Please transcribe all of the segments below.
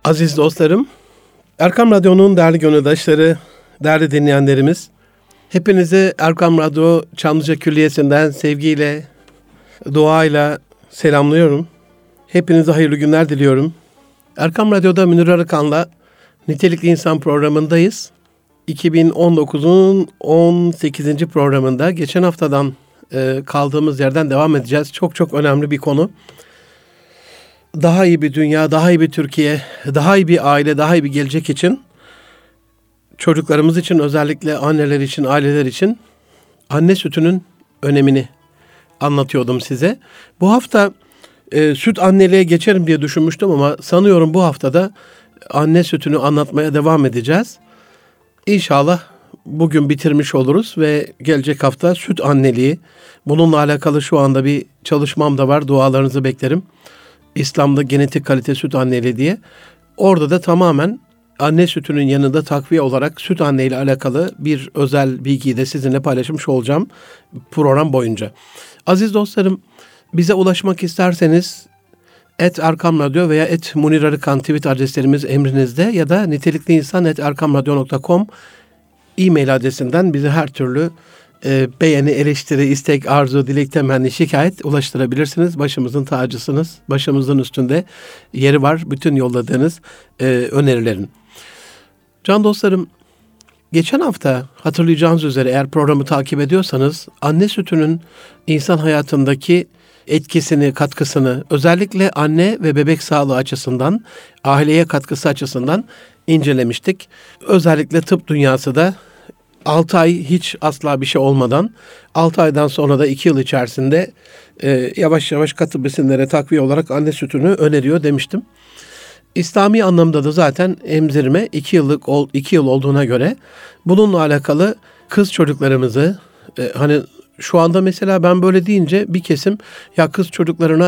Aziz dostlarım, Erkam Radyo'nun değerli gönüldaşları, değerli dinleyenlerimiz, hepinizi Erkam Radyo Çamlıca Külliyesi'nden sevgiyle, duayla selamlıyorum. Hepinize hayırlı günler diliyorum. Erkam Radyo'da Münir Arıkan'la Nitelikli İnsan programındayız. 2019'un 18. programında geçen haftadan kaldığımız yerden devam edeceğiz. Çok önemli bir konu. Daha iyi bir dünya, daha iyi bir Türkiye, daha iyi bir aile, daha iyi bir gelecek için, çocuklarımız için, özellikle anneler için, aileler için anne sütünün önemini anlatıyordum size. Bu hafta süt anneliğe geçerim diye düşünmüştüm ama sanıyorum bu haftada anne sütünü anlatmaya devam edeceğiz. İnşallah bugün bitirmiş oluruz ve gelecek hafta süt anneliği, bununla alakalı şu anda bir çalışmam da var, dualarınızı beklerim. İslam'da genetik kalite süt anneliği diye. Orada da tamamen anne sütünün yanında takviye olarak süt anne ile alakalı bir özel bilgiyi de sizinle paylaşmış olacağım program boyunca. Aziz dostlarım, bize ulaşmak isterseniz @erkamradyo veya @munirarıkan tweet adreslerimiz emrinizde ya da nitelikliinsan@erkamradyo.com e-mail adresinden bize her türlü beğeni, eleştiri, istek, arzu, dilek, temenni, şikayet ulaştırabilirsiniz. Başımızın tacısınız. Başımızın üstünde yeri var bütün yolladığınız önerilerin. Can dostlarım, geçen hafta hatırlayacağınız üzere eğer programı takip ediyorsanız anne sütünün insan hayatındaki etkisini, katkısını özellikle anne ve bebek sağlığı açısından, aileye katkısı açısından incelemiştik. Özellikle tıp dünyası da 6 ay hiç asla bir şey olmadan 6 aydan sonra da 2 yıl içerisinde yavaş yavaş katı besinlere takviye olarak anne sütünü öneriyor demiştim. İslami anlamda da zaten emzirme 2 yıl olduğuna göre bununla alakalı kız çocuklarımızı hani şu anda mesela ben böyle deyince bir kesim ya kız çocuklarına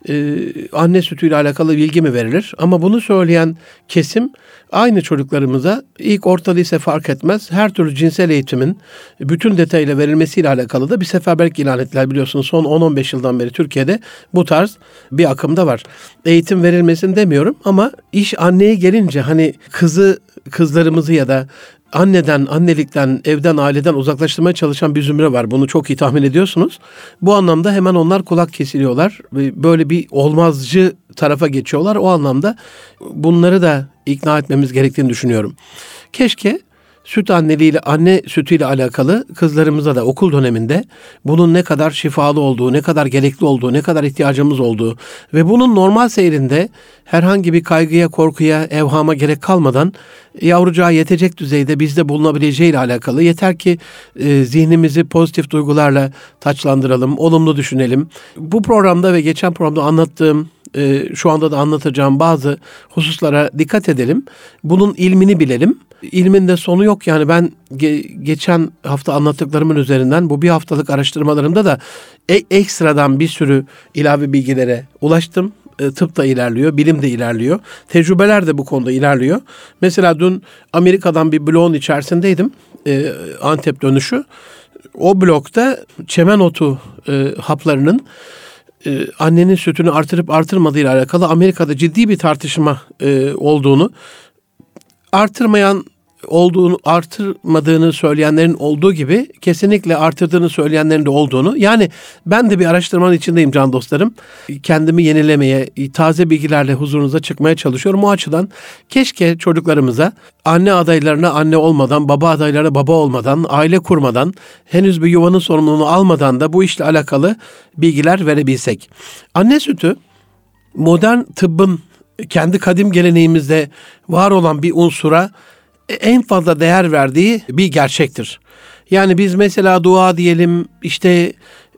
anne sütüyle alakalı bilgi mi verilir? Ama bunu söyleyen kesim aynı çocuklarımıza ilk orta lise fark etmez her türlü cinsel eğitimin bütün detayıyla verilmesiyle alakalı da bir seferberlik ilan ettiler, biliyorsunuz. Son 10-15 yıldan beri Türkiye'de bu tarz bir akım da var. Eğitim verilmesin demiyorum ama iş anneye gelince hani kızlarımızı ya da annelikten, evden, aileden uzaklaştırmaya çalışan bir zümre var. Bunu çok iyi tahmin ediyorsunuz. Bu anlamda hemen onlar kulak kesiliyorlar. Böyle bir olmazcı tarafa geçiyorlar. O anlamda bunları da ikna etmemiz gerektiğini düşünüyorum. Keşke süt anneliğiyle, anne sütüyle alakalı kızlarımıza da okul döneminde bunun ne kadar şifalı olduğu, ne kadar gerekli olduğu, ne kadar ihtiyacımız olduğu ve bunun normal seyrinde herhangi bir kaygıya, korkuya, evhama gerek kalmadan yavrucağa yetecek düzeyde bizde bulunabileceğiyle alakalı. Yeter ki zihnimizi pozitif duygularla taçlandıralım, olumlu düşünelim. Bu programda ve geçen programda anlattığım, şu anda da anlatacağım bazı hususlara dikkat edelim. Bunun ilmini bilelim. İlmin de sonu yok. Yani ben geçen hafta anlattıklarımın üzerinden bu bir haftalık araştırmalarımda da ekstradan bir sürü ilave bilgilere ulaştım. Tıp da ilerliyor, bilim de ilerliyor. Tecrübeler de bu konuda ilerliyor. Mesela dün Amerika'dan bir bloğun içerisindeydim. Antep dönüşü. O blokta çemen otu haplarının annenin sütünü artırıp artırmadığıyla alakalı Amerika'da ciddi bir tartışma olduğunu, artırmadığını söyleyenlerin olduğu gibi kesinlikle artırdığını söyleyenlerin de olduğunu, yani ben de bir araştırmanın içindeyim can dostlarım. Kendimi yenilemeye, taze bilgilerle huzurunuza çıkmaya çalışıyorum. O açıdan keşke çocuklarımıza anne adaylarına anne olmadan, baba adaylarına baba olmadan, aile kurmadan, henüz bir yuvanın sorumluluğunu almadan da bu işle alakalı bilgiler verebilsek. Anne sütü modern tıbbın kendi kadim geleneğimizde var olan bir unsura en fazla değer verdiği bir gerçektir. Yani biz mesela dua diyelim, işte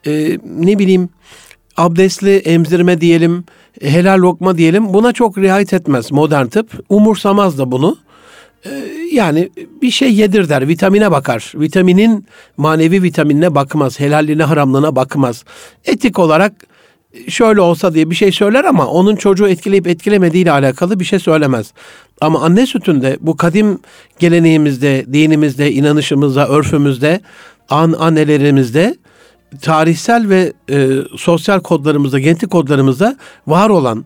abdestli emzirme diyelim, helal lokma diyelim, buna çok riayet etmez modern tıp. Umursamaz da bunu. Yani bir şey yedir der, vitamine bakar. Vitaminin manevi vitaminine bakmaz, helalliğine, haramlığına bakmaz. Etik olarak şöyle olsa diye bir şey söyler ama onun çocuğu etkileyip etkilemediğiyle alakalı bir şey söylemez. Ama anne sütünde, bu kadim geleneğimizde, dinimizde, inanışımızda, örfümüzde, annelerimizde, tarihsel ve sosyal kodlarımızda, genetik kodlarımızda var olan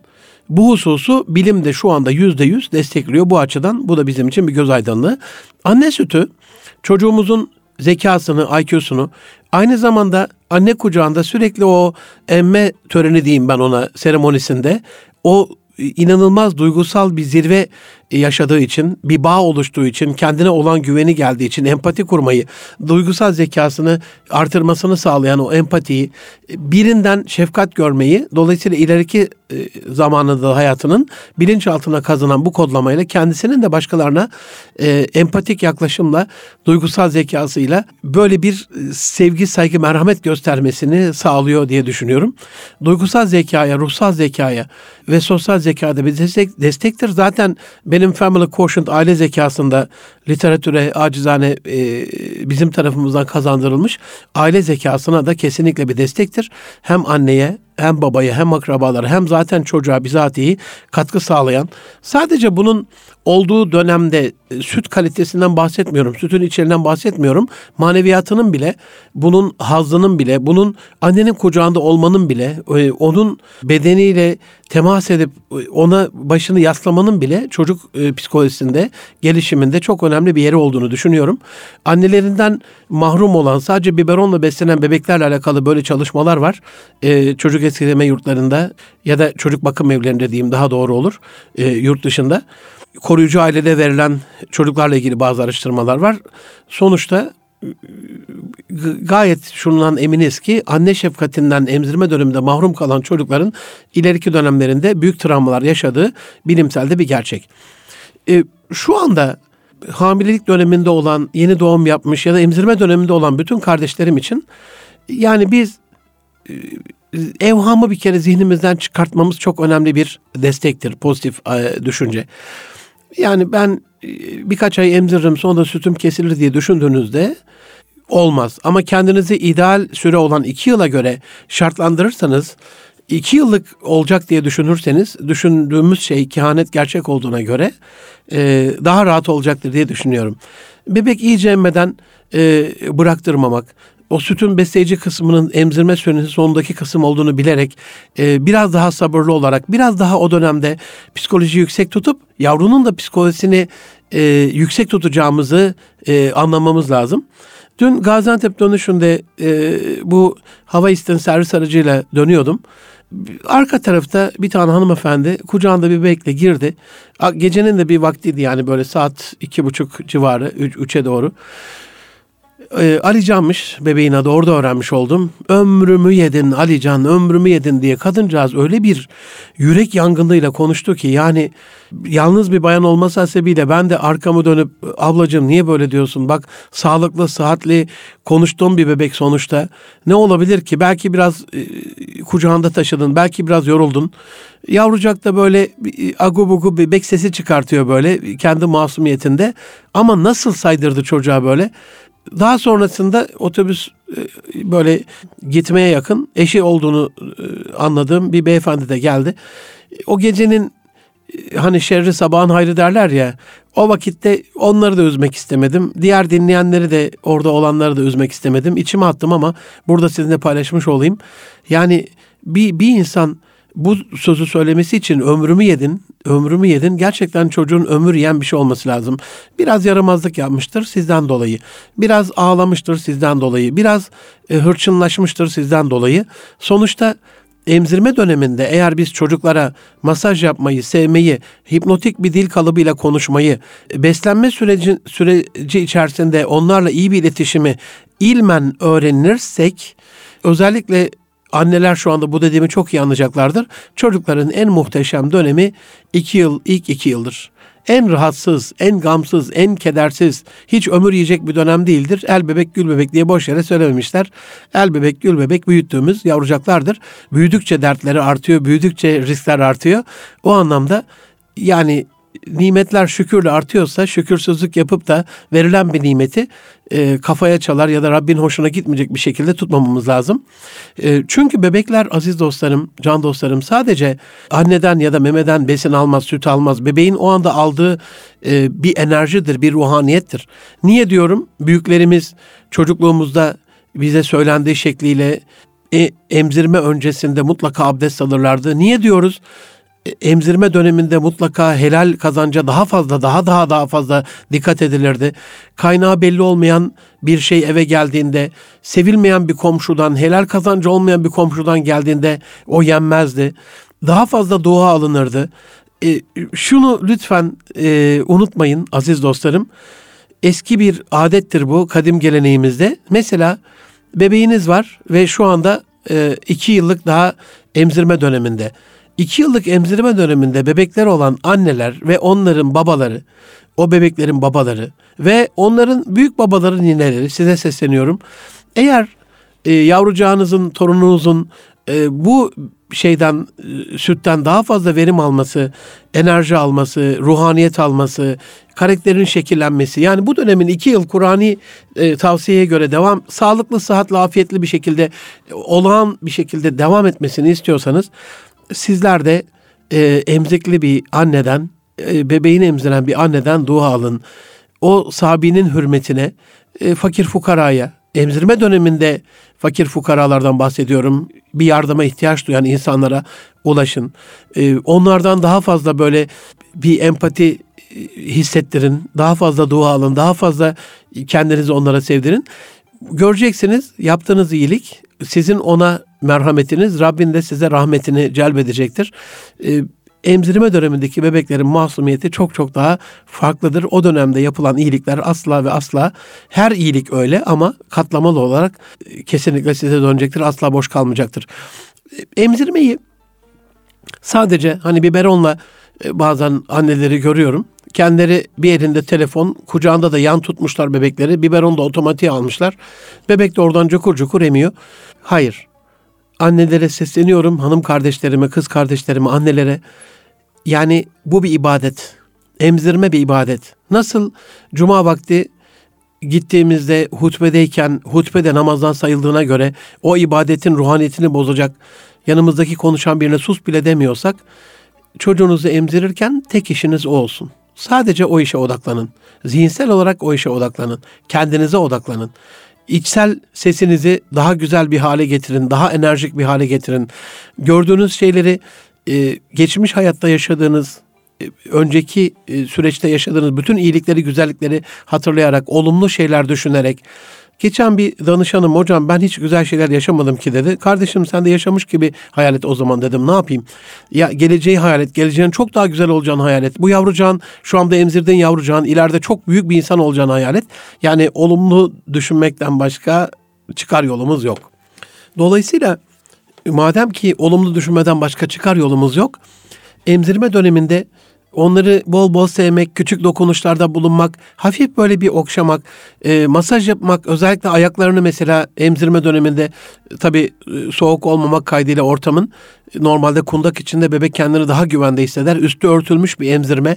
Bu hususu bilim de şu anda %100 destekliyor bu açıdan. Bu da bizim için bir göz aydınlığı. Anne sütü çocuğumuzun zekasını, IQ'sunu, aynı zamanda anne kucağında sürekli o emme töreni diyeyim ben ona, seremonisinde o inanılmaz duygusal bir zirve yaşadığı için, bir bağ oluştuğu için, kendine olan güveni geldiği için empati kurmayı, duygusal zekasını artırmasını sağlayan o empatiyi, birinden şefkat görmeyi, dolayısıyla ileriki zamanında hayatının bilinçaltına kazınan bu kodlamayla kendisinin de başkalarına empatik yaklaşımla, duygusal zekasıyla böyle bir sevgi, saygı, merhamet göstermesini sağlıyor diye düşünüyorum. Duygusal zekaya, ruhsal zekaya ve sosyal zekada bir destektir. Zaten benim Family Quotient aile zekasında literatüre acizane bizim tarafımızdan kazandırılmış aile zekasına da kesinlikle bir destektir. Hem anneye, hem babaya, hem akrabalara, hem zaten çocuğa bizatihi katkı sağlayan, sadece bunun olduğu dönemde süt kalitesinden bahsetmiyorum, sütün içeriğinden bahsetmiyorum, maneviyatının bile, bunun hazzının bile, bunun annenin kucağında olmanın bile, onun bedeniyle temas edip ona başını yaslamanın bile çocuk psikolojisinde, gelişiminde çok önemli bir yeri olduğunu düşünüyorum. Annelerinden mahrum olan, sadece biberonla beslenen bebeklerle alakalı böyle çalışmalar var. Çocuk eskileme yurtlarında ya da çocuk bakım evlerinde diyeyim daha doğru olur, yurt dışında. Koruyucu ailede verilen çocuklarla ilgili bazı araştırmalar var. Sonuçta gayet şundan eminiz ki anne şefkatinden emzirme döneminde mahrum kalan çocukların ileriki dönemlerinde büyük travmalar yaşadığı bilimsel de bir gerçek. Şu anda hamilelik döneminde olan, yeni doğum yapmış ya da emzirme döneminde olan bütün kardeşlerim için yani biz evhamı bir kere zihnimizden çıkartmamız çok önemli bir destektir, pozitif düşünce. Yani ben birkaç ay emziririm sonra sütüm kesilir diye düşündüğünüzde olmaz. Ama kendinizi ideal süre olan 2 yıla göre şartlandırırsanız, 2 yıllık olacak diye düşünürseniz, düşündüğümüz şey kehanet gerçek olduğuna göre daha rahat olacaktır diye düşünüyorum. Bebek iyice emmeden bıraktırmamak, o sütün besleyici kısmının emzirme süresinin sonundaki kısım olduğunu bilerek biraz daha sabırlı olarak, biraz daha o dönemde psikolojiyi yüksek tutup yavrunun da psikolojisini yüksek tutacağımızı anlamamız lazım. Dün Gaziantep dönüşünde bu hava istin servis aracıyla dönüyordum. Arka tarafta bir tane hanımefendi kucağında bir bebekle girdi. Gecenin de bir vaktiydi, yani böyle saat 2.30 civarı, 3'e doğru. Alican'mış bebeğin adı, orada öğrenmiş oldum. Ömrümü yedin Alican, ömrümü yedin diye kadıncağız öyle bir yürek yangınıyla konuştu ki, yani yalnız bir bayan olması hasebiyle ben de arkamı dönüp ablacığım niye böyle diyorsun, bak sağlıklı, sıhhatli konuştuğum bir bebek sonuçta, ne olabilir ki, belki biraz kucağında taşıdın, belki biraz yoruldun. Yavrucak da böyle agu bugu bebek sesi çıkartıyor böyle kendi masumiyetinde, ama nasıl saydırdı çocuğa böyle. Daha sonrasında otobüs böyle gitmeye yakın, eşi olduğunu anladığım bir beyefendi de geldi. O gecenin hani şerri sabahın hayrı derler ya, o vakitte onları da üzmek istemedim. Diğer dinleyenleri de, orada olanları da üzmek istemedim. İçime attım ama burada sizinle paylaşmış olayım. Yani bir insan bu sözü söylemesi için ömrümü yedin, ömrümü yedin. Gerçekten çocuğun ömür yiyen bir şey olması lazım. Biraz yaramazlık yapmıştır sizden dolayı. Biraz ağlamıştır sizden dolayı. Biraz hırçınlaşmıştır sizden dolayı. Sonuçta emzirme döneminde eğer biz çocuklara masaj yapmayı, sevmeyi, hipnotik bir dil kalıbıyla konuşmayı, beslenme süreci içerisinde onlarla iyi bir iletişimi ilmen öğrenirsek, özellikle anneler şu anda bu dediğimi çok iyi anlayacaklardır. Çocukların en muhteşem dönemi 2 yıl, ilk 2 yıldır. En rahatsız, en gamsız, en kedersiz, hiç ömür yiyecek bir dönem değildir. El bebek, gül bebek diye boş yere söylememişler. El bebek, gül bebek büyüttüğümüz yavrucaklardır. Büyüdükçe dertleri artıyor, büyüdükçe riskler artıyor. O anlamda yani nimetler şükürle artıyorsa, şükürsüzlük yapıp da verilen bir nimeti kafaya çalar ya da Rabbin hoşuna gitmeyecek bir şekilde tutmamamız lazım. Çünkü bebekler, aziz dostlarım, can dostlarım, sadece anneden ya da memeden besin almaz, süt almaz. Bebeğin o anda aldığı bir enerjidir, bir ruhaniyettir. Niye diyorum? Büyüklerimiz çocukluğumuzda bize söylendiği şekliyle emzirme öncesinde mutlaka abdest alırlardı. Niye diyoruz? Emzirme döneminde mutlaka helal kazanca daha fazla, daha fazla dikkat edilirdi. Kaynağı belli olmayan bir şey eve geldiğinde, sevilmeyen bir komşudan, helal kazancı olmayan bir komşudan geldiğinde o yenmezdi. Daha fazla dua alınırdı. Şunu lütfen unutmayın aziz dostlarım. Eski bir adettir bu kadim geleneğimizde. Mesela bebeğiniz var ve şu anda 2 yıllık daha emzirme döneminde. 2 yıllık emzirme döneminde bebekler olan anneler ve onların babaları, o bebeklerin babaları ve onların büyük babaların nineleri, size sesleniyorum. Eğer yavrucağınızın, torununuzun bu sütten daha fazla verim alması, enerji alması, ruhaniyet alması, karakterin şekillenmesi, yani bu dönemin 2 yıl Kur'ani tavsiyeye göre sağlıklı, sıhhatli, afiyetli bir şekilde, olağan bir şekilde devam etmesini istiyorsanız, sizler de emzikli bir anneden, bebeğini emziren bir anneden dua alın. O sahabinin hürmetine, fakir fukaraya, emzirme döneminde fakir fukaralardan bahsediyorum, bir yardıma ihtiyaç duyan insanlara ulaşın. Onlardan daha fazla böyle bir empati hissettirin, daha fazla dua alın, daha fazla kendinizi onlara sevdirin. Göreceksiniz yaptığınız iyilik, sizin ona merhametiniz, Rabbin de size rahmetini celbedecektir. Emzirme dönemindeki bebeklerin masumiyeti çok daha farklıdır. O dönemde yapılan iyilikler asla ve asla, her iyilik öyle ama katlamalı olarak kesinlikle size dönecektir. Asla boş kalmayacaktır. Emzirmeyi sadece hani biberonla bazen anneleri görüyorum. Kendileri bir elinde telefon, kucağında da yan tutmuşlar bebekleri. Biberonu da otomatiğe almışlar. Bebek de oradan cukur cukur emiyor. Hayır. Annelere sesleniyorum, hanım kardeşlerime, kız kardeşlerime, annelere. Yani bu bir ibadet. Emzirme bir ibadet. Nasıl cuma vakti gittiğimizde hutbedeyken, hutbede namazdan sayıldığına göre o ibadetin ruhaniyetini bozacak, yanımızdaki konuşan birine sus bile demiyorsak, çocuğunuzu emzirirken tek işiniz o olsun. Sadece o işe odaklanın. Zihinsel olarak o işe odaklanın. Kendinize odaklanın. İçsel sesinizi daha güzel bir hale getirin, daha enerjik bir hale getirin. Gördüğünüz şeyleri, geçmiş hayatta yaşadığınız, önceki süreçte yaşadığınız bütün iyilikleri, güzellikleri hatırlayarak, olumlu şeyler düşünerek. Geçen bir danışanım, hocam ben hiç güzel şeyler yaşamadım ki dedi. Kardeşim sen de yaşamış gibi hayal et o zaman dedim. Ne yapayım? Ya geleceği hayal et. Geleceğin çok daha güzel olacağını hayal et. Bu yavrucağın, şu anda emzirdiğin yavrucağın ileride çok büyük bir insan olacağını hayal et. Yani olumlu düşünmekten başka çıkar yolumuz yok. Dolayısıyla madem ki olumlu düşünmeden başka çıkar yolumuz yok, emzirme döneminde onları bol bol sevmek, küçük dokunuşlarda bulunmak, hafif böyle bir okşamak, masaj yapmak, özellikle ayaklarını mesela emzirme döneminde tabii soğuk olmamak kaydıyla ortamın, normalde kundak içinde bebek kendini daha güvende hisseder. Üstü örtülmüş bir emzirme,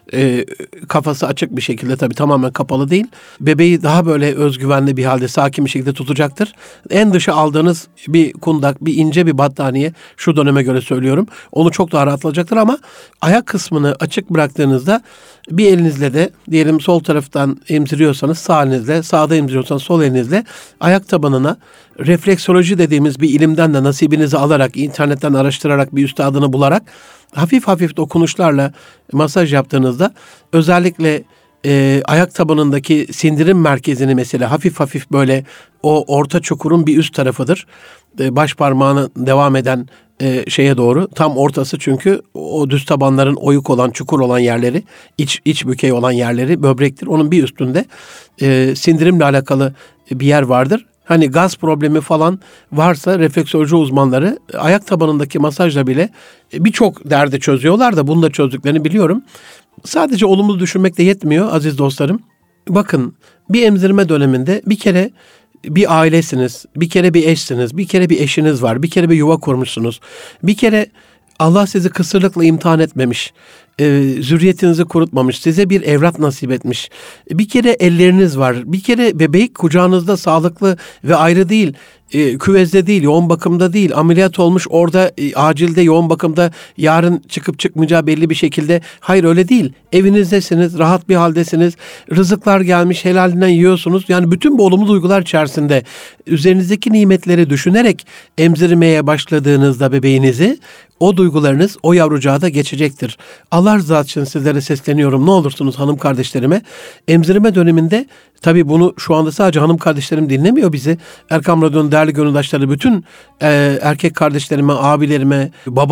kafası açık bir şekilde, tabii tamamen kapalı değil. Bebeği daha böyle özgüvenli bir halde, sakin bir şekilde tutacaktır. En dışa aldığınız bir kundak, bir ince bir battaniye, şu döneme göre söylüyorum, onu çok daha rahatlatacaktır ama ayak kısmını açık bıraktığınızda bir elinizle de, diyelim sol taraftan emziriyorsanız sağ elinizle, sağda emziriyorsanız sol elinizle ayak tabanına refleksoloji dediğimiz bir ilimden de nasibinizi alarak, internetten araştırarak, bir üstadını bularak hafif hafif dokunuşlarla masaj yaptığınızda, özellikle ayak tabanındaki sindirim merkezini mesela hafif hafif böyle, o orta çukurun bir üst tarafıdır. Baş parmağına devam eden şeye doğru, tam ortası, çünkü o düz tabanların oyuk olan, çukur olan yerleri, iç bükey olan yerleri böbrektir. Onun bir üstünde sindirimle alakalı bir yer vardır. Hani gaz problemi falan varsa refleksoloji uzmanları ayak tabanındaki masajla bile birçok derdi çözüyorlar da bunu da çözdüklerini biliyorum. Sadece olumlu düşünmek de yetmiyor aziz dostlarım. Bakın, bir emzirme döneminde bir kere bir ailesiniz, bir kere bir eşsiniz, bir kere bir eşiniz var, bir kere bir yuva kurmuşsunuz. Bir kere Allah sizi kısırlıkla imtihan etmemiş, zürriyetinizi kurutmamış, size bir evlat nasip etmiş. Bir kere elleriniz var, bir kere bebek kucağınızda sağlıklı ve ayrı değil. küvezde değil, yoğun bakımda değil, ameliyat olmuş orada acilde, yoğun bakımda, yarın çıkıp çıkmayacağı belli bir şekilde. Hayır, öyle değil. Evinizdesiniz, rahat bir haldesiniz. Rızıklar gelmiş, helalinden yiyorsunuz. Yani bütün bu olumlu duygular içerisinde üzerinizdeki nimetleri düşünerek emzirmeye başladığınızda bebeğinizi, o duygularınız o yavrucağa da geçecektir. Allah rızası için sizlere sesleniyorum. Ne olursunuz hanım kardeşlerime. Emzirme döneminde, tabii bunu şu anda sadece hanım kardeşlerim dinlemiyor bizi. Erkam Radyo'nun değerli gönüldaşları, bütün erkek kardeşlerime, abilerime,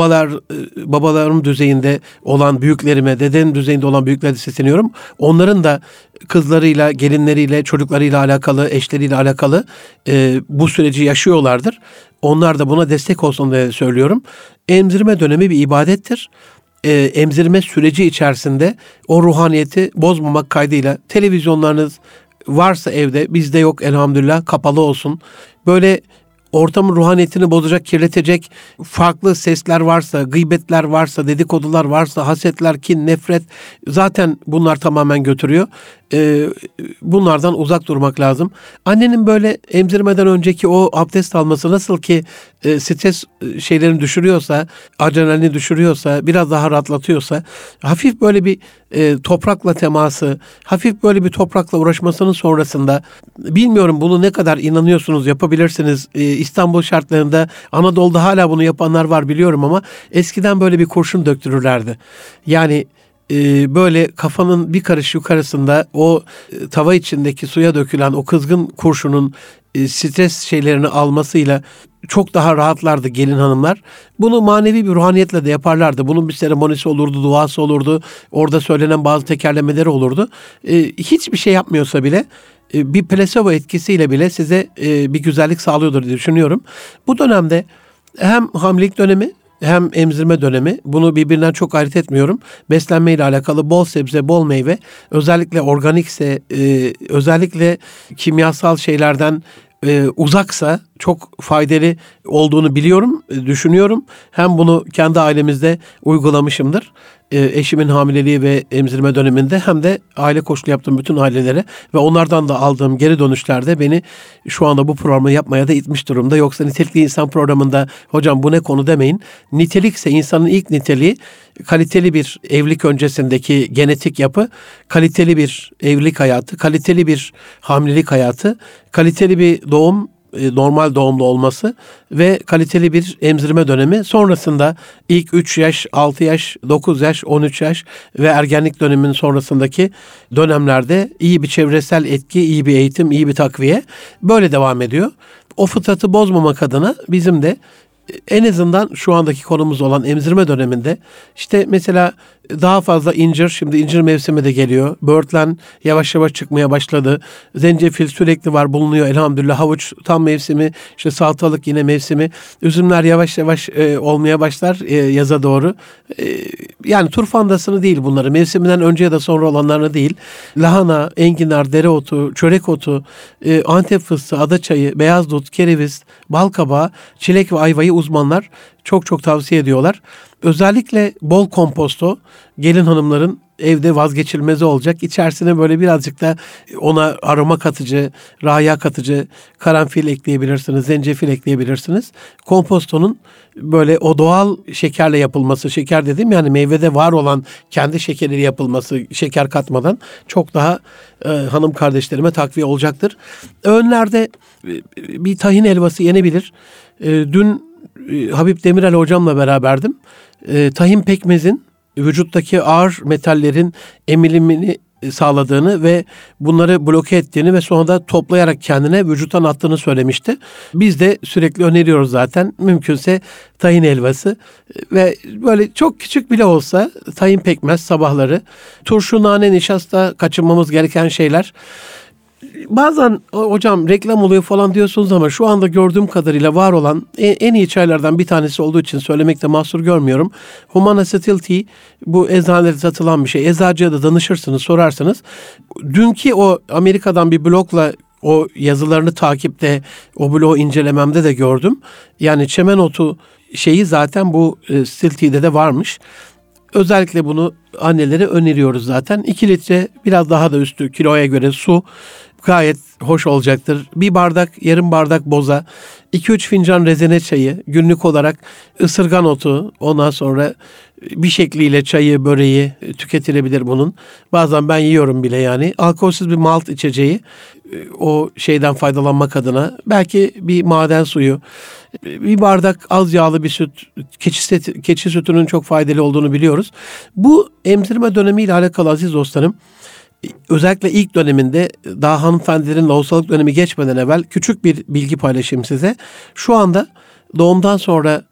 babalarım düzeyinde olan büyüklerime, dedenin düzeyinde olan büyüklere de sesleniyorum. Onların da kızlarıyla, gelinleriyle, çocuklarıyla alakalı, eşleriyle alakalı bu süreci yaşıyorlardır. Onlar da buna destek olsun diye söylüyorum. Emzirme dönemi bir ibadettir. Emzirme süreci içerisinde o ruhaniyeti bozmamak kaydıyla, televizyonlarınız varsa evde, bizde yok elhamdülillah, kapalı olsun. Böyle ortamın ruhaniyetini bozacak, kirletecek farklı sesler varsa, gıybetler varsa, dedikodular varsa, hasetler, kin, nefret, zaten bunlar tamamen götürüyor. Bunlardan uzak durmak lazım. Annenin böyle emzirmeden önceki o abdest alması nasıl ki stres şeylerini düşürüyorsa, adrenalini düşürüyorsa, biraz daha rahatlatıyorsa, hafif böyle bir toprakla teması, hafif böyle bir toprakla uğraşmasının sonrasında, bilmiyorum bunu ne kadar inanıyorsunuz, yapabilirsiniz. İstanbul şartlarında, Anadolu'da hala bunu yapanlar var biliyorum ama eskiden böyle bir kurşun döktürürlerdi. Yani böyle kafanın bir karış yukarısında o tava içindeki suya dökülen o kızgın kurşunun stres şeylerini almasıyla çok daha rahatlardı gelin hanımlar. Bunu manevi bir ruhaniyetle de yaparlardı. Bunun bir seremonisi olurdu, duası olurdu. Orada söylenen bazı tekerlemeleri olurdu. Hiçbir şey yapmıyorsa bile bir plasebo etkisiyle bile size bir güzellik sağlıyordur diye düşünüyorum. Bu dönemde hem hamilelik dönemi hem emzirme dönemi, bunu birbirinden çok ayırt etmiyorum. Beslenme ile alakalı bol sebze, bol meyve, özellikle organikse, özellikle kimyasal şeylerden uzaksa çok faydalı olduğunu biliyorum, düşünüyorum. Hem bunu kendi ailemizde uygulamışımdır. Eşimin hamileliği ve emzirme döneminde, hem de aile koçluğu yaptığım bütün ailelere ve onlardan da aldığım geri dönüşlerde beni şu anda bu programı yapmaya da itmiş durumda. Yoksa Nitelikli İnsan programında hocam bu ne konu demeyin. Nitelikse insanın ilk niteliği kaliteli bir evlilik öncesindeki genetik yapı, kaliteli bir evlilik hayatı, kaliteli bir hamilelik hayatı, kaliteli bir doğum, normal doğumlu olması ve kaliteli bir emzirme dönemi. Sonrasında ilk 3 yaş, 6 yaş, 9 yaş, 13 yaş ve ergenlik döneminin sonrasındaki dönemlerde iyi bir çevresel etki, iyi bir eğitim, iyi bir takviye böyle devam ediyor. O fıtratı bozmamak adına bizim de en azından şu andaki konumuz olan emzirme döneminde işte mesela daha fazla incir, şimdi incir mevsimi de geliyor. Böğürtlen yavaş yavaş çıkmaya başladı. Zencefil sürekli var, bulunuyor elhamdülillah. Havuç tam mevsimi, işte salatalık yine mevsimi. Üzümler yavaş yavaş olmaya başlar yaza doğru. Yani turfandasını değil bunları, mevsiminden önce ya da sonra olanlarını değil. Lahana, enginar, dereotu, çörek otu, Antep fıstığı, adaçayı, beyaz dut, kereviz, balkabağı, çilek ve ayvayı uzmanlar çok çok tavsiye ediyorlar. Özellikle bol komposto gelin hanımların evde vazgeçilmezi olacak. İçerisine böyle birazcık da ona aroma katıcı, raiha katıcı karanfil ekleyebilirsiniz, zencefil ekleyebilirsiniz. Kompostonun böyle o doğal şekerle yapılması, şeker dediğim yani meyvede var olan kendi şekeriyle yapılması, şeker katmadan çok daha hanım kardeşlerime takviye olacaktır. Öğünlerde bir tahin helvası yenebilir. Dün Habib Demirel hocamla beraberdim. Tahin pekmezin vücuttaki ağır metallerin emilimini sağladığını ve bunları bloke ettiğini ve sonra da toplayarak kendine vücuttan attığını söylemişti. Biz de sürekli öneriyoruz zaten. Mümkünse tahin helvası ve böyle çok küçük bile olsa tahin pekmez sabahları. Turşu, nane, nişasta kaçınmamız gereken şeyler. Bazen hocam reklam oluyor falan diyorsunuz ama şu anda gördüğüm kadarıyla var olan en iyi çaylardan bir tanesi olduğu için söylemekte mahsur görmüyorum. Humana Stil Tea, bu eczanelerde satılan bir şey. Eczacıya da danışırsınız, sorarsınız. Dünkü o Amerika'dan bir blogla o yazılarını takipte, o blogu incelememde de gördüm. Yani çemen otu şeyi zaten bu Stil Tea'de de varmış. Özellikle bunu annelere öneriyoruz zaten. 2 litre, biraz daha da üstü kiloya göre su gayet hoş olacaktır. Bir bardak, yarım bardak boza, 2-3 fincan rezene çayı, günlük olarak ısırgan otu, ondan sonra bir şekliyle çayı, böreği tüketilebilir bunun. Bazen ben yiyorum bile yani. Alkolsüz bir malt içeceği, o şeyden faydalanmak adına. Belki bir maden suyu, bir bardak az yağlı bir süt, keçi sütünün çok faydalı olduğunu biliyoruz. Bu emzirme dönemiyle alakalı aziz dostlarım, özellikle ilk döneminde, daha hanımefendilerin lohusalık dönemi geçmeden evvel küçük bir bilgi paylaşayım size. Şu anda doğumdan sonra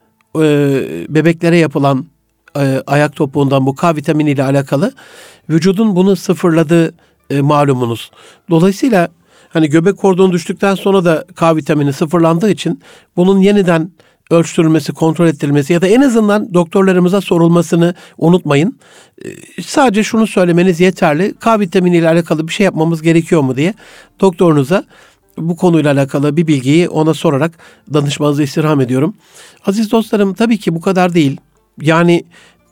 bebeklere yapılan ayak topuğundan bu K vitamini ile alakalı vücudun bunu sıfırladığı malumunuz. Dolayısıyla hani göbek kordonu düştükten sonra da K vitamini sıfırlandığı için bunun yeniden ölçtürülmesi, kontrol ettirilmesi ya da en azından doktorlarımıza sorulmasını unutmayın. Sadece şunu söylemeniz yeterli. K vitamini ile alakalı bir şey yapmamız gerekiyor mu diye doktorunuza bu konuyla alakalı bir bilgiyi ona sorarak danışmanızı istirham ediyorum. Aziz dostlarım, tabii ki bu kadar değil. Yani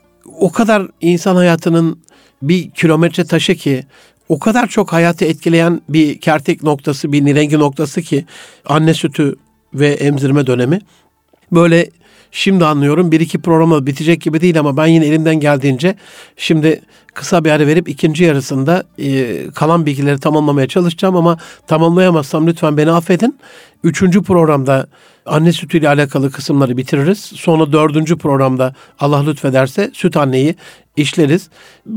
o kadar insan hayatının bir kilometre taşı ki, o kadar çok hayatı etkileyen bir kertek noktası, bir nirengi noktası ki anne sütü ve emzirme dönemi. Böyle şimdi anlıyorum, 1-2 programa bitecek gibi değil ama ben yine elimden geldiğince şimdi kısa bir ara verip ikinci yarısında kalan bilgileri tamamlamaya çalışacağım ama tamamlayamazsam lütfen beni affedin. 3. programda anne sütüyle alakalı kısımları bitiririz. Sonra 4. programda Allah lütfederse süt anneyi işleriz.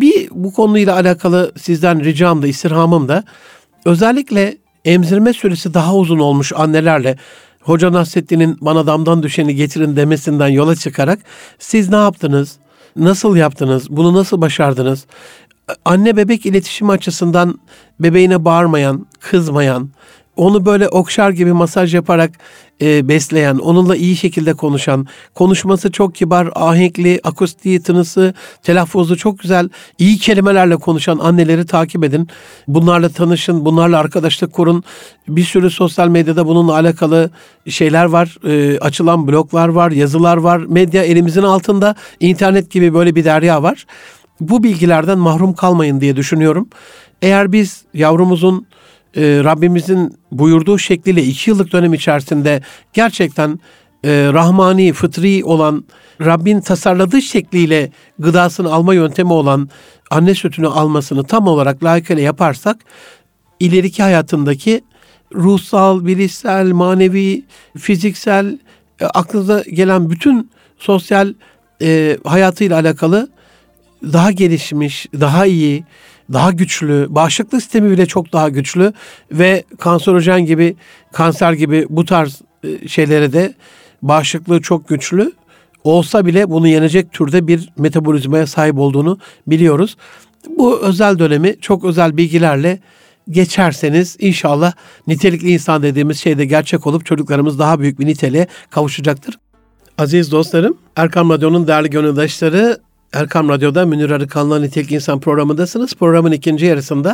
Bu konuyla alakalı sizden ricam da, istirhamım da, özellikle emzirme süresi daha uzun olmuş annelerle Hoca Nasreddin'in bana damdan düşeni getirin demesinden yola çıkarak siz ne yaptınız? Nasıl yaptınız? Bunu nasıl başardınız? Anne bebek iletişimi açısından bebeğine bağırmayan, kızmayan, onu böyle okşar gibi masaj yaparak besleyen, onunla iyi şekilde konuşan, konuşması çok kibar, ahenkli, akustiği, tınısı, telaffuzu çok güzel, iyi kelimelerle konuşan anneleri takip edin. Bunlarla tanışın, bunlarla arkadaşlık kurun. Bir sürü sosyal medyada bununla alakalı şeyler var, açılan bloglar var, yazılar var. Medya elimizin altında, internet gibi böyle bir derya var. Bu bilgilerden mahrum kalmayın diye düşünüyorum. Eğer biz yavrumuzun Rabbimizin buyurduğu şekliyle 2 yıllık dönem içerisinde gerçekten rahmani, fıtri olan, Rabbin tasarladığı şekliyle gıdasını alma yöntemi olan anne sütünü almasını tam olarak layıkıyla yaparsak, ileriki hayatındaki ruhsal, bilişsel, manevi, fiziksel, aklınıza gelen bütün sosyal hayatıyla alakalı daha gelişmiş, daha iyi, daha güçlü, bağışıklık sistemi bile çok daha güçlü ve kanserojen gibi, kanser gibi bu tarz şeylere de bağışıklığı çok güçlü olsa bile bunu yenecek türde bir metabolizmaya sahip olduğunu biliyoruz. Bu özel dönemi çok özel bilgilerle geçerseniz inşallah nitelikli insan dediğimiz şey de gerçek olup çocuklarımız daha büyük bir niteliğe kavuşacaktır. Aziz dostlarım, Erkam Radyo'nun değerli gönüldaşları, Erkam Radyo'da Münir Arıkan'la Nitelikli İnsan programındasınız. Programın ikinci yarısında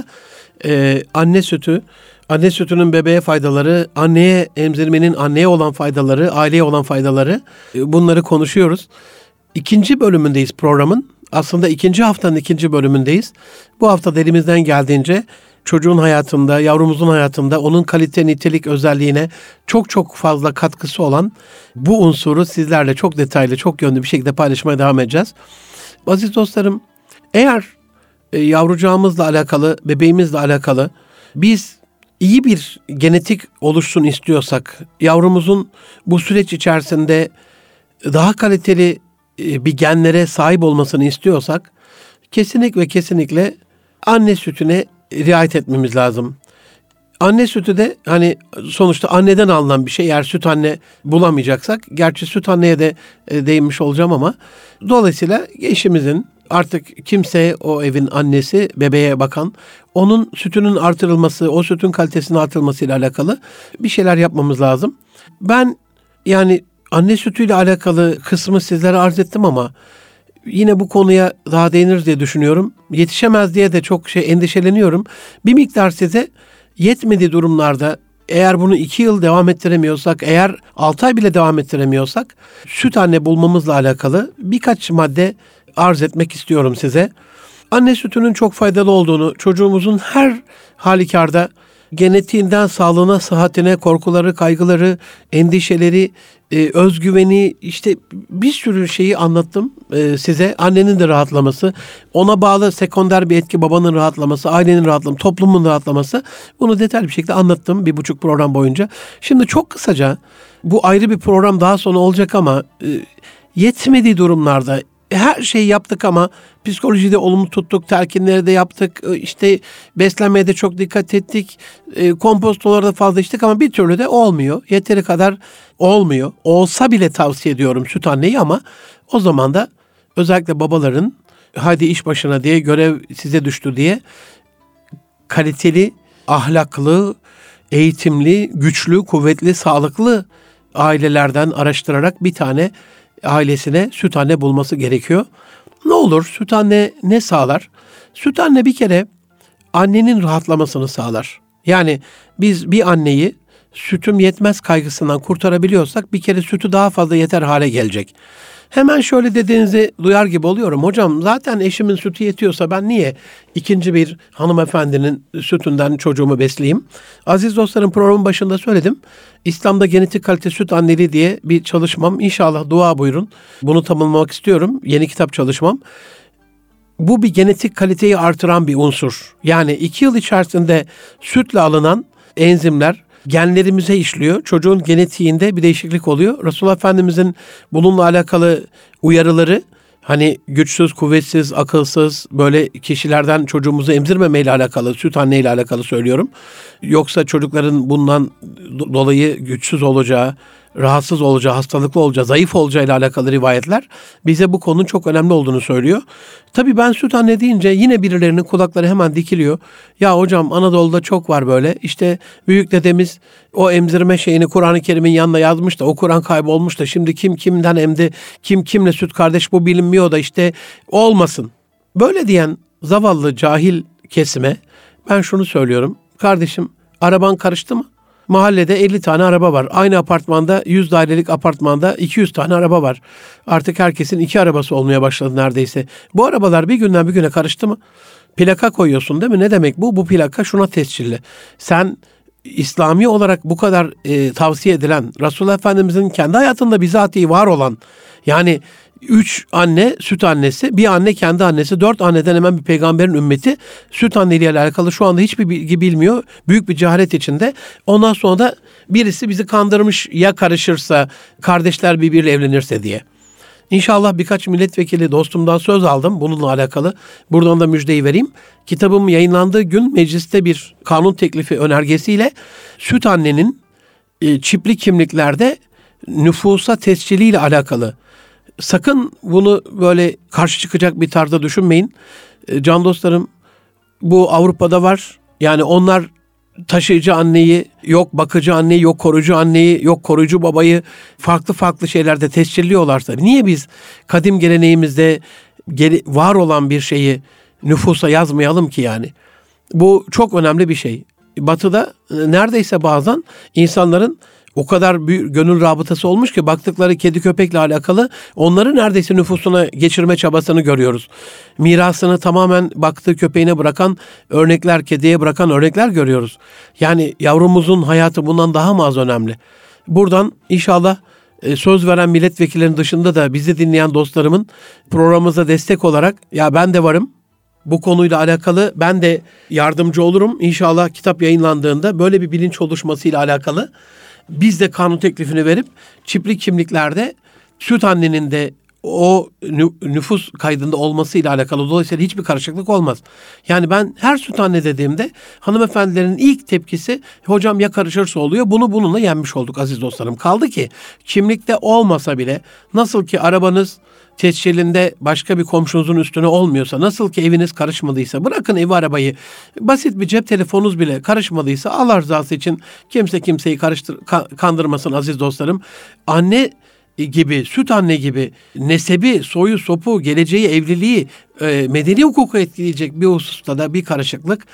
anne sütü, anne sütünün bebeğe faydaları, anneye emzirmenin anneye olan faydaları, aileye olan faydaları, bunları konuşuyoruz. 2. bölümündeyiz programın. Aslında 2. haftanın 2. bölümündeyiz. Bu hafta elimizden geldiğince çocuğun hayatında, yavrumuzun hayatında onun kalite, nitelik özelliğine çok çok fazla katkısı olan bu unsuru sizlerle çok detaylı, çok yönlü bir şekilde paylaşmaya devam edeceğiz. Aziz dostlarım, eğer yavrucağımızla alakalı, bebeğimizle alakalı biz iyi bir genetik oluşsun istiyorsak, yavrumuzun bu süreç içerisinde daha kaliteli bir genlere sahip olmasını istiyorsak, kesinlikle anne sütüne riayet etmemiz lazım. Anne sütü de hani sonuçta anneden alınan bir şey. Eğer süt anne bulamayacaksak, gerçi süt anneye de değinmiş olacağım ama dolayısıyla eşimizin, artık kimse o evin annesi, bebeğe bakan, onun sütünün artırılması, o sütün kalitesinin artırılmasıyla alakalı bir şeyler yapmamız lazım. Ben yani anne sütüyle alakalı kısmı sizlere arz ettim ama yine bu konuya daha değiniriz diye düşünüyorum. Yetişemez diye de çok endişeleniyorum. Bir miktar size yetmediği durumlarda, eğer bunu 2 yıl devam ettiremiyorsak, eğer 6 ay bile devam ettiremiyorsak, süt anne bulmamızla alakalı birkaç madde arz etmek istiyorum size. Anne sütünün çok faydalı olduğunu, çocuğumuzun her halükarda genetiğinden sağlığına, sıhhatine, korkuları, kaygıları, endişeleri, özgüveni, işte bir sürü şeyi anlattım size. Annenin de rahatlaması, ona bağlı sekonder bir etki, babanın rahatlaması, ailenin rahatlaması, toplumun rahatlaması. Bunu detaylı bir şekilde anlattım 1,5 program boyunca. Şimdi çok kısaca, bu ayrı bir program daha sonra olacak ama yetmediği durumlarda her şeyi yaptık ama psikolojide olumlu tuttuk, telkinleri de yaptık, işte beslenmeye de çok dikkat ettik, kompostoları da fazla içtik ama bir türlü de olmuyor. Yeteri kadar olmuyor. Olsa bile tavsiye ediyorum süt anneyi ama o zaman da özellikle babaların hadi iş başına diye, görev size düştü diye kaliteli, ahlaklı, eğitimli, güçlü, kuvvetli, sağlıklı ailelerden araştırarak bir tane ailesine süt anne bulması gerekiyor. Ne olur, süt anne ne sağlar? Süt anne bir kere annenin rahatlamasını sağlar. Yani biz bir anneyi sütüm yetmez kaygısından kurtarabiliyorsak bir kere sütü daha fazla yeter hale gelecek. Hemen şöyle dediğinizi duyar gibi oluyorum. Hocam zaten eşimin sütü yetiyorsa ben niye ikinci bir hanımefendinin sütünden çocuğumu besleyeyim? Aziz dostlarım, programın başında söyledim. İslam'da genetik kalite süt anneliği diye bir çalışmam. İnşallah dua buyurun. Bunu tamamlamak istiyorum. Yeni kitap çalışmam. Bu bir genetik kaliteyi artıran bir unsur. Yani 2 yıl içerisinde sütle alınan enzimler genlerimize işliyor. Çocuğun genetiğinde bir değişiklik oluyor. Resulullah Efendimizin bununla alakalı uyarıları, hani güçsüz, kuvvetsiz, akılsız böyle kişilerden çocuğumuzu emzirmemeyle alakalı, süt anneyle alakalı söylüyorum. Yoksa çocukların bundan dolayı güçsüz olacağı, rahatsız olacağı, hastalıklı olacağı, zayıf olacağıyla alakalı rivayetler bize bu konunun çok önemli olduğunu söylüyor. Tabii ben süt anne deyince yine birilerinin kulakları hemen dikiliyor. Ya hocam Anadolu'da çok var böyle. İşte büyük dedemiz o emzirme şeyini Kur'an-ı Kerim'in yanına yazmış da o Kur'an kaybolmuş da şimdi kim kimden emdi, kim kimle süt kardeş bu bilinmiyor da işte olmasın. Böyle diyen zavallı cahil kesime ben şunu söylüyorum. Kardeşim, araban karıştı mı? Mahallede 50 tane araba var. Aynı apartmanda, 100 dairelik apartmanda 200 tane araba var. Artık herkesin 2 arabası olmaya başladı neredeyse. Bu arabalar bir günden bir güne karıştı mı? Plaka koyuyorsun değil mi? Ne demek bu? Bu plaka şuna tescilli. Sen İslami olarak bu kadar tavsiye edilen, Resulullah Efendimizin kendi hayatında bizatihi var olan, yani 3 anne süt annesi, bir anne kendi annesi, 4 anneden hemen bir peygamberin ümmeti süt anneliği ile alakalı şu anda hiçbir bilgi bilmiyor. Büyük bir cehalet içinde. Ondan sonra da birisi bizi kandırmış ya karışırsa, kardeşler birbiriyle evlenirse diye. İnşallah birkaç milletvekili dostumdan söz aldım bununla alakalı. Buradan da müjdeyi vereyim. Kitabım yayınlandığı gün mecliste bir kanun teklifi önergesiyle süt annenin çipli kimliklerde nüfusa tesciliyle alakalı. Sakın bunu böyle karşı çıkacak bir tarzda düşünmeyin. Can dostlarım, bu Avrupa'da var. Yani onlar taşıyıcı anneyi, yok bakıcı anneyi, yok koruyucu anneyi, yok koruyucu babayı farklı farklı şeylerde tescilliyorlarsa niye biz kadim geleneğimizde var olan bir şeyi nüfusa yazmayalım ki yani? Bu çok önemli bir şey. Batı'da neredeyse bazen insanların o kadar büyük gönül rabıtası olmuş ki baktıkları kedi köpekle alakalı onları neredeyse nüfusuna geçirme çabasını görüyoruz. Mirasını tamamen baktığı köpeğine bırakan örnekler, kediye bırakan örnekler görüyoruz. Yani yavrumuzun hayatı bundan daha mı az önemli? Buradan inşallah söz veren milletvekillerinin dışında da bizi dinleyen dostlarımın programımıza destek olarak, ya ben de varım, bu konuyla alakalı ben de yardımcı olurum. İnşallah kitap yayınlandığında böyle bir bilinç oluşmasıyla alakalı biz de kanun teklifini verip çipli kimliklerde süt annenin de o nüfus kaydında olmasıyla alakalı, dolayısıyla hiçbir karışıklık olmaz. Yani ben her süt anne dediğimde hanımefendilerin ilk tepkisi hocam ya karışırsa oluyor. Bunu bununla yenmiş olduk aziz dostlarım. Kaldı ki kimlikte olmasa bile, nasıl ki arabanız tescilinde başka bir komşunuzun üstüne olmuyorsa, nasıl ki eviniz karışmadıysa, bırakın evi arabayı, basit bir cep telefonunuz bile karışmadıysa Allah rızası için kimse kimseyi kandırmasın aziz dostlarım. Anne gibi, süt anne gibi nesebi, soyu, sopu, geleceği, evliliği, medeni hukuku etkileyecek bir hususta da bir karışıklık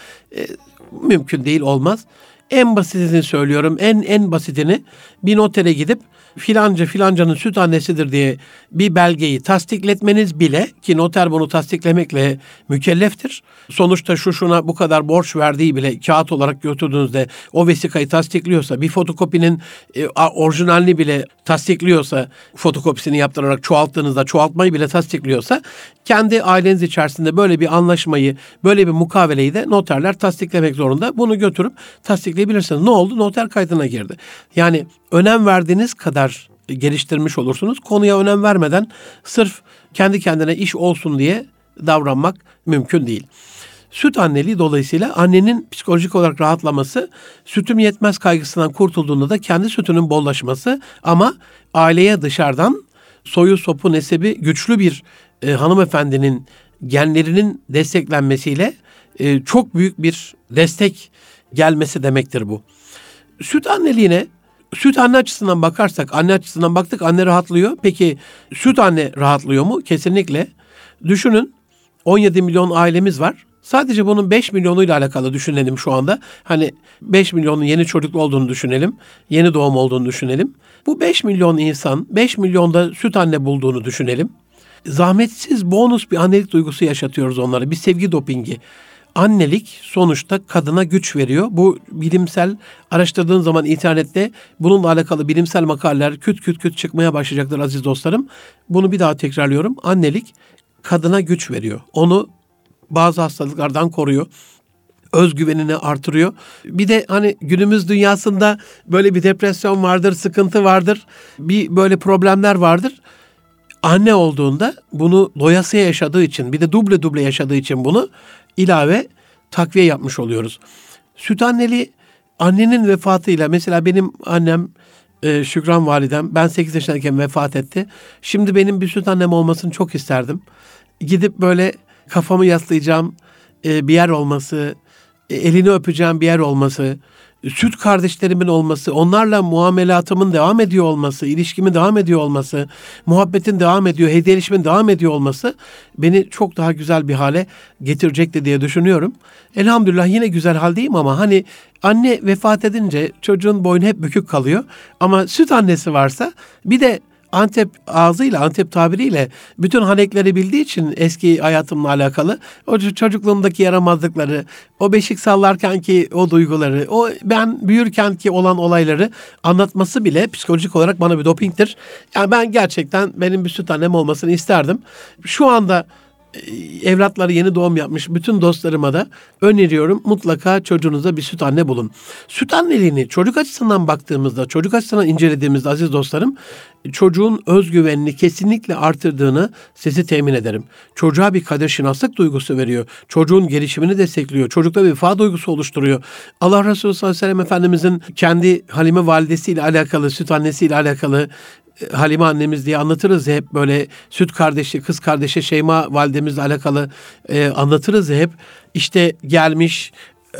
mümkün değil, olmaz. En basitini söylüyorum, en basitini bir notere gidip filanca filancanın süt annesidir diye bir belgeyi tasdikletmeniz bile, ki noter bunu tasdiklemekle mükelleftir. Sonuçta şuna bu kadar borç verdiği bile kağıt olarak götürdüğünüzde o vesikayı tasdikliyorsa, bir fotokopinin orijinalini bile tasdikliyorsa, fotokopisini yaptırarak çoğalttığınızda çoğaltmayı bile tasdikliyorsa, kendi aileniz içerisinde böyle bir anlaşmayı, böyle bir mukaveleyi de noterler tasdiklemek zorunda. Bunu götürüp tasdikleyebilirsiniz. Ne oldu? Noter kaydına girdi. Yani önem verdiğiniz kadar geliştirmiş olursunuz. Konuya önem vermeden sırf kendi kendine iş olsun diye davranmak mümkün değil. Süt anneliği dolayısıyla annenin psikolojik olarak rahatlaması, sütüm yetmez kaygısından kurtulduğunda da kendi sütünün bollaşması, ama aileye dışarıdan soyu sopu nesebi güçlü bir hanımefendinin genlerinin desteklenmesiyle çok büyük bir destek gelmesi demektir bu. Süt anneliğine, süt anne açısından bakarsak, anne açısından baktık, anne rahatlıyor. Peki süt anne rahatlıyor mu? Kesinlikle. Düşünün, 17 milyon ailemiz var. Sadece bunun 5 milyonuyla alakalı düşünelim şu anda. Hani 5 milyonun yeni çocuklu olduğunu düşünelim. Yeni doğum olduğunu düşünelim. Bu 5 milyon insan 5 milyonda süt anne bulduğunu düşünelim. Zahmetsiz bonus bir annelik duygusu yaşatıyoruz onlara. Bir sevgi dopingi. Annelik sonuçta kadına güç veriyor. Bu bilimsel, araştırdığın zaman internette bununla alakalı bilimsel makaleler küt küt küt çıkmaya başlayacaktır aziz dostlarım. Bunu bir daha tekrarlıyorum. Annelik kadına güç veriyor. Onu bazı hastalıklardan koruyor. Özgüvenini artırıyor. Bir de hani günümüz dünyasında böyle bir depresyon vardır, sıkıntı vardır. Bir böyle problemler vardır. Anne olduğunda bunu doyasıya yaşadığı için, bir de duble yaşadığı için bunu ilave takviye yapmış oluyoruz. Süt anneliği, annenin vefatıyla, mesela benim annem Şükran validem, ben 8 yaşındayken vefat etti. Şimdi benim bir süt annem olmasını çok isterdim. Gidip böyle kafamı yaslayacağım bir yer olması, elini öpeceğim bir yer olması, süt kardeşlerimin olması, onlarla muamelatımın devam ediyor olması, ilişkimin devam ediyor olması, muhabbetin devam ediyor, hediyeleşmenin devam ediyor olması beni çok daha güzel bir hale getirecekti diye düşünüyorum. Elhamdülillah yine güzel haldeyim, ama hani anne vefat edince çocuğun boynu hep bükük kalıyor. Ama süt annesi varsa, bir de Antep ağzıyla, Antep tabiriyle bütün hanekleri bildiği için eski hayatımla alakalı, o çocukluğumdaki yaramazlıkları, o beşik sallarken ki o duyguları, o ben büyürken ki olan olayları anlatması bile psikolojik olarak bana bir dopingtir. Yani ben gerçekten benim bir süt annem olmasını isterdim. Şu anda evlatları yeni doğum yapmış bütün dostlarıma da öneriyorum, mutlaka çocuğunuza bir süt anne bulun. Süt anneliğini çocuk açısından baktığımızda, çocuk açısından incelediğimizde aziz dostlarım, çocuğun özgüvenini kesinlikle artırdığını sizi temin ederim. Çocuğa bir kaderşinaslık duygusu veriyor. Çocuğun gelişimini destekliyor. Çocukta bir vefa duygusu oluşturuyor. Allah Resulü sallallahu aleyhi ve sellem Efendimizin kendi Halime validesiyle alakalı, süt annesiyle alakalı, Halime annemiz diye anlatırız ya hep, böyle süt kardeşi, kız kardeşi Şeyma validemizle alakalı anlatırız ya hep. İşte gelmiş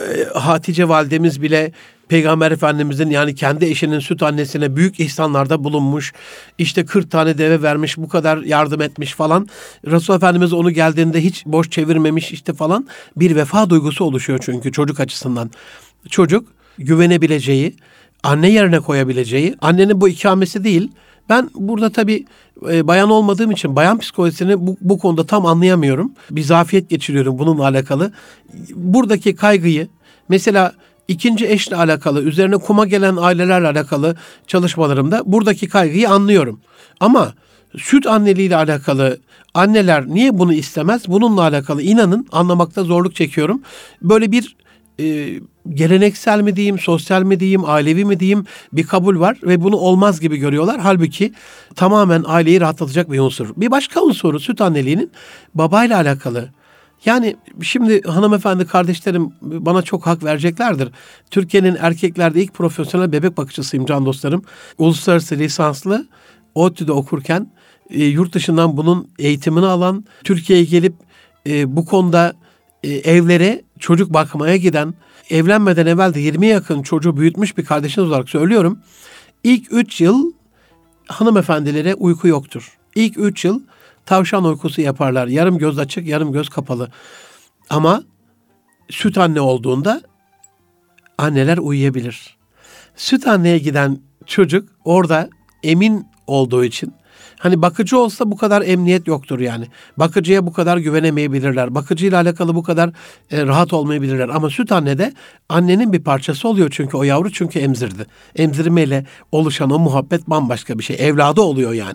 Hatice validemiz bile Peygamber Efendimizin, yani kendi eşinin süt annesine büyük ihsanlarda bulunmuş. İşte 40 tane deve vermiş, bu kadar yardım etmiş falan. Resulullah Efendimiz onu geldiğinde hiç boş çevirmemiş işte falan. Bir vefa duygusu oluşuyor çünkü çocuk açısından. Çocuk güvenebileceği, anne yerine koyabileceği, annenin bu ikamesi değil. Ben burada tabii bayan olmadığım için bayan psikolojisini bu konuda tam anlayamıyorum. Bir zafiyet geçiriyorum bununla alakalı. Buradaki kaygıyı, mesela ikinci eşle alakalı, üzerine kuma gelen ailelerle alakalı çalışmalarımda buradaki kaygıyı anlıyorum. Ama süt anneliğiyle alakalı anneler niye bunu istemez? Bununla alakalı inanın anlamakta zorluk çekiyorum. Böyle bir geleneksel mi diyeyim, sosyal mi diyeyim, ailevi mi diyeyim bir kabul var ve bunu olmaz gibi görüyorlar. Halbuki tamamen aileyi rahatlatacak bir unsur. Bir başka unsuru süt anneliğinin babayla alakalı. Yani şimdi hanımefendi kardeşlerim bana çok hak vereceklerdir. Türkiye'nin erkeklerde ilk profesyonel bebek bakıcısıyım can dostlarım. Uluslararası lisanslı ODTÜ'de okurken yurt dışından bunun eğitimini alan, Türkiye'ye gelip bu konuda evlere çocuk bakmaya giden, evlenmeden evvel de 20 yakın çocuğu büyütmüş bir kardeşiniz olarak söylüyorum. İlk 3 yıl hanımefendilere uyku yoktur. İlk 3 yıl tavşan uykusu yaparlar. Yarım göz açık, yarım göz kapalı. Ama süt anne olduğunda anneler uyuyabilir. Süt anneye giden çocuk orada emin olduğu için. Hani bakıcı olsa bu kadar emniyet yoktur yani. Bakıcıya bu kadar güvenemeyebilirler. Bakıcıyla alakalı bu kadar rahat olmayabilirler. Ama süt anne de annenin bir parçası oluyor çünkü o yavru çünkü emzirdi. Emzirmeyle oluşan o muhabbet bambaşka bir şey. Evladı oluyor yani.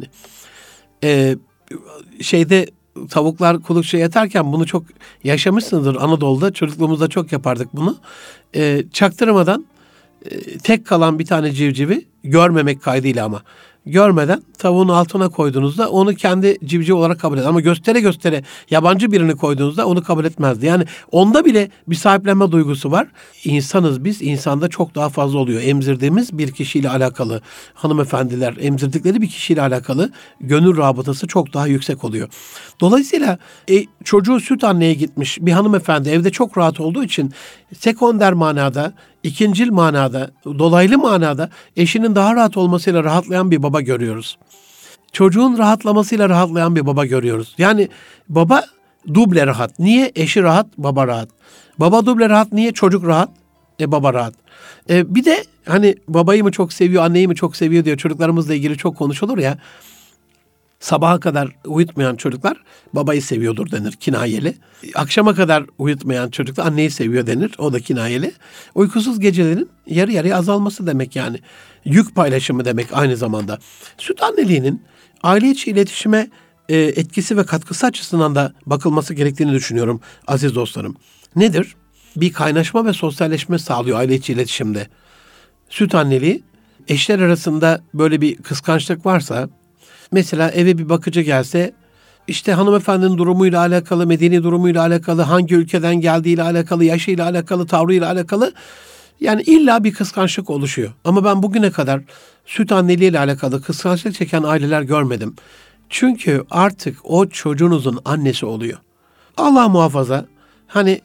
Tavuklar kuluçkaya yatarken bunu çok yaşamışsınızdır Anadolu'da. Çocukluğumuzda çok yapardık bunu. Çaktırmadan tek kalan bir tane civcivi görmemek kaydıyla ama görmeden tavuğun altına koyduğunuzda onu kendi civciv olarak kabul eder. Ama göstere göstere yabancı birini koyduğunuzda onu kabul etmezdi. Yani onda bile bir sahiplenme duygusu var. İnsanız biz. İnsanda çok daha fazla oluyor. Emzirdiğimiz bir kişiyle alakalı hanımefendiler emzirdikleri bir kişiyle alakalı gönül rabıtası çok daha yüksek oluyor. Dolayısıyla çocuğu süt anneye gitmiş bir hanımefendi evde çok rahat olduğu için sekonder manada, ikincil manada, dolaylı manada eşinin daha rahat olmasıyla rahatlayan bir baba görüyoruz. Çocuğun rahatlamasıyla rahatlayan bir baba görüyoruz. Yani baba duble rahat. Niye? Eşi rahat, baba rahat. Baba duble rahat. Niye? Çocuk rahat, baba rahat. Bir de hani babayı mı çok seviyor, anneyi mi çok seviyor diye çocuklarımızla ilgili çok konuşulur ya. Sabaha kadar uyutmayan çocuklar babayı seviyordur denir, kinayeli. Akşama kadar uyutmayan çocuklar anneyi seviyor denir, o da kinayeli. Uykusuz gecelerin yarı yarıya azalması demek yani. Yük paylaşımı demek aynı zamanda. Süt anneliğinin aile içi iletişime etkisi ve katkısı açısından da bakılması gerektiğini düşünüyorum aziz dostlarım. Nedir? Bir kaynaşma ve sosyalleşme sağlıyor aile içi iletişimde. Süt anneliği, eşler arasında böyle bir kıskançlık varsa, mesela eve bir bakıcı gelse, işte hanımefendinin durumuyla alakalı, medeni durumuyla alakalı, hangi ülkeden geldiğiyle alakalı, yaşıyla alakalı, tavrıyla alakalı, yani illa bir kıskançlık oluşuyor. Ama ben bugüne kadar süt anneliğiyle alakalı kıskançlık çeken aileler görmedim. Çünkü artık o çocuğunuzun annesi oluyor. Allah muhafaza, hani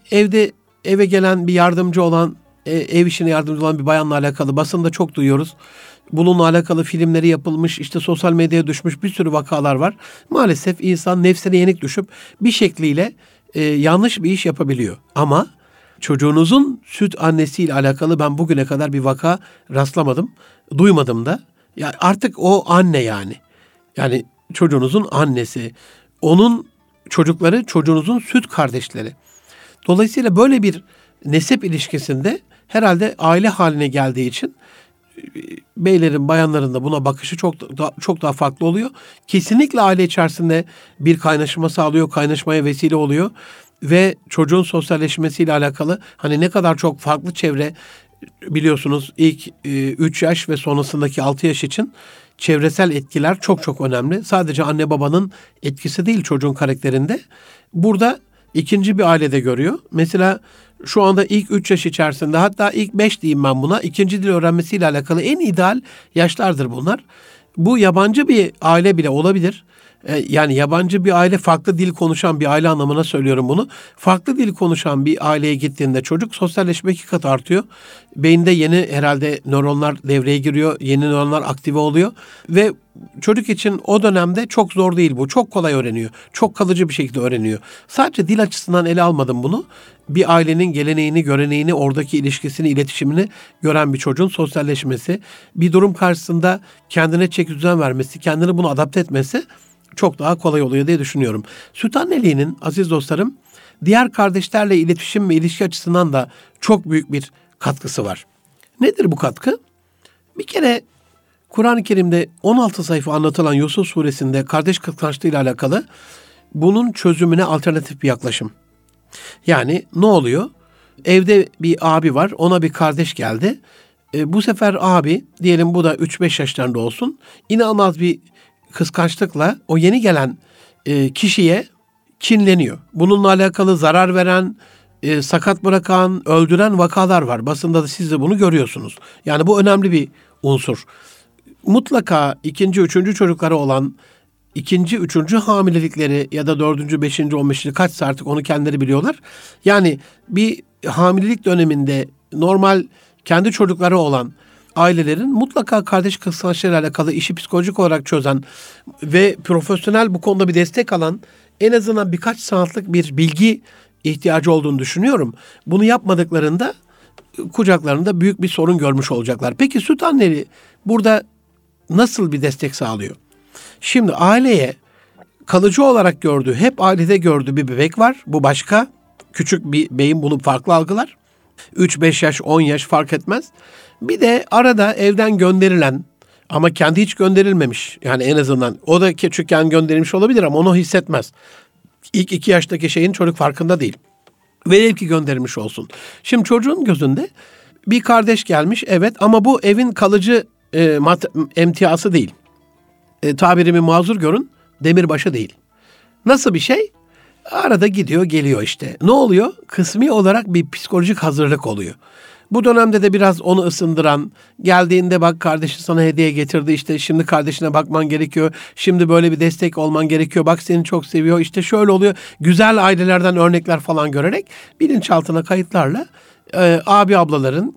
eve gelen bir yardımcı olan, ev işine yardımcı olan bir bayanla alakalı basında çok duyuyoruz. Bununla alakalı filmleri yapılmış, işte sosyal medyaya düşmüş bir sürü vakalar var. Maalesef insan nefsine yenik düşüp bir şekliyle yanlış bir iş yapabiliyor. Ama çocuğunuzun süt annesiyle alakalı ben bugüne kadar bir vaka rastlamadım, duymadım da. Ya artık o anne yani. Yani çocuğunuzun annesi, onun çocukları çocuğunuzun süt kardeşleri. Dolayısıyla böyle bir nesep ilişkisinde herhalde aile haline geldiği için beylerin, bayanların da buna bakışı çok daha farklı oluyor. Kesinlikle aile içerisinde bir kaynaşma sağlıyor, kaynaşmaya vesile oluyor ve çocuğun sosyalleşmesiyle alakalı hani ne kadar çok farklı çevre, biliyorsunuz ilk 3 yaş ve sonrasındaki 6 yaş için çevresel etkiler çok önemli. Sadece anne babanın etkisi değil çocuğun karakterinde. Burada ikinci bir ailede görüyor. Mesela şu anda ilk 3 yaş içerisinde, hatta ilk 5 diyeyim ben buna, ikinci dil öğrenmesiyle alakalı en ideal yaşlardır bunlar. Bu yabancı bir aile bile olabilir. Yani yabancı bir aile, farklı dil konuşan bir aile anlamına söylüyorum bunu. Farklı dil konuşan bir aileye gittiğinde çocuk sosyalleşme 2 kat artıyor. Beyinde yeni herhalde nöronlar devreye giriyor. Yeni nöronlar aktive oluyor. Ve çocuk için o dönemde çok zor değil bu. Çok kolay öğreniyor. Çok kalıcı bir şekilde öğreniyor. Sadece dil açısından ele almadım bunu. Bir ailenin geleneğini, göreneğini, oradaki ilişkisini, iletişimini gören bir çocuğun sosyalleşmesi, bir durum karşısında kendine çeki düzen vermesi, kendini buna adapte etmesi çok daha kolay oluyor diye düşünüyorum. Süt anneliğinin aziz dostlarım diğer kardeşlerle iletişim ve ilişki açısından da çok büyük bir katkısı var. Nedir bu katkı? Bir kere Kur'an-ı Kerim'de 16 sayfa anlatılan Yusuf suresinde kardeş kıskançlığı ile alakalı bunun çözümüne alternatif bir yaklaşım. Yani ne oluyor? Evde bir abi var, ona bir kardeş geldi. Bu sefer abi, diyelim bu da 3-5 yaşlarında olsun, inanılmaz bir kıskançlıkla o yeni gelen kişiye kinleniyor. Bununla alakalı zarar veren, sakat bırakan, öldüren vakalar var. Basında da siz de bunu görüyorsunuz. Yani bu önemli bir unsur. Mutlaka ikinci, üçüncü çocukları olan, ikinci, üçüncü hamilelikleri ya da dördüncü, beşinci, 15. kaçsa artık onu kendileri biliyorlar. Yani bir hamilelik döneminde normal kendi çocukları olan ailelerin mutlaka kardeş kıskançlığıyla alakalı işi psikolojik olarak çözen ve profesyonel bu konuda bir destek alan, en azından birkaç saatlik bir bilgi ihtiyacı olduğunu düşünüyorum. Bunu yapmadıklarında kucaklarında büyük bir sorun görmüş olacaklar. Peki süt anneli burada nasıl bir destek sağlıyor? Şimdi aileye kalıcı olarak gördüğü, hep ailede gördüğü bir bebek var. Bu başka. Küçük bir beyin bunu farklı algılar. 3-5 yaş, 10 yaş fark etmez. Bir de arada evden gönderilen ama kendi hiç gönderilmemiş. Yani en azından o da küçükken gönderilmiş olabilir ama onu hissetmez. İlk 2 yaştaki şeyin çocuk farkında değil. Velev ki gönderilmiş olsun. Şimdi çocuğun gözünde bir kardeş gelmiş, evet, ama bu evin kalıcı emtiası değil. Tabirimi mazur görün, demirbaşı değil. Nasıl bir şey? Arada gidiyor geliyor işte. Ne oluyor? Kısmi olarak bir psikolojik hazırlık oluyor. Bu dönemde de biraz onu ısındıran, geldiğinde bak kardeşin sana hediye getirdi, işte şimdi kardeşine bakman gerekiyor, şimdi böyle bir destek olman gerekiyor, bak seni çok seviyor, işte şöyle oluyor. Güzel ailelerden örnekler falan görerek bilinçaltına kayıtlarla abi ablaların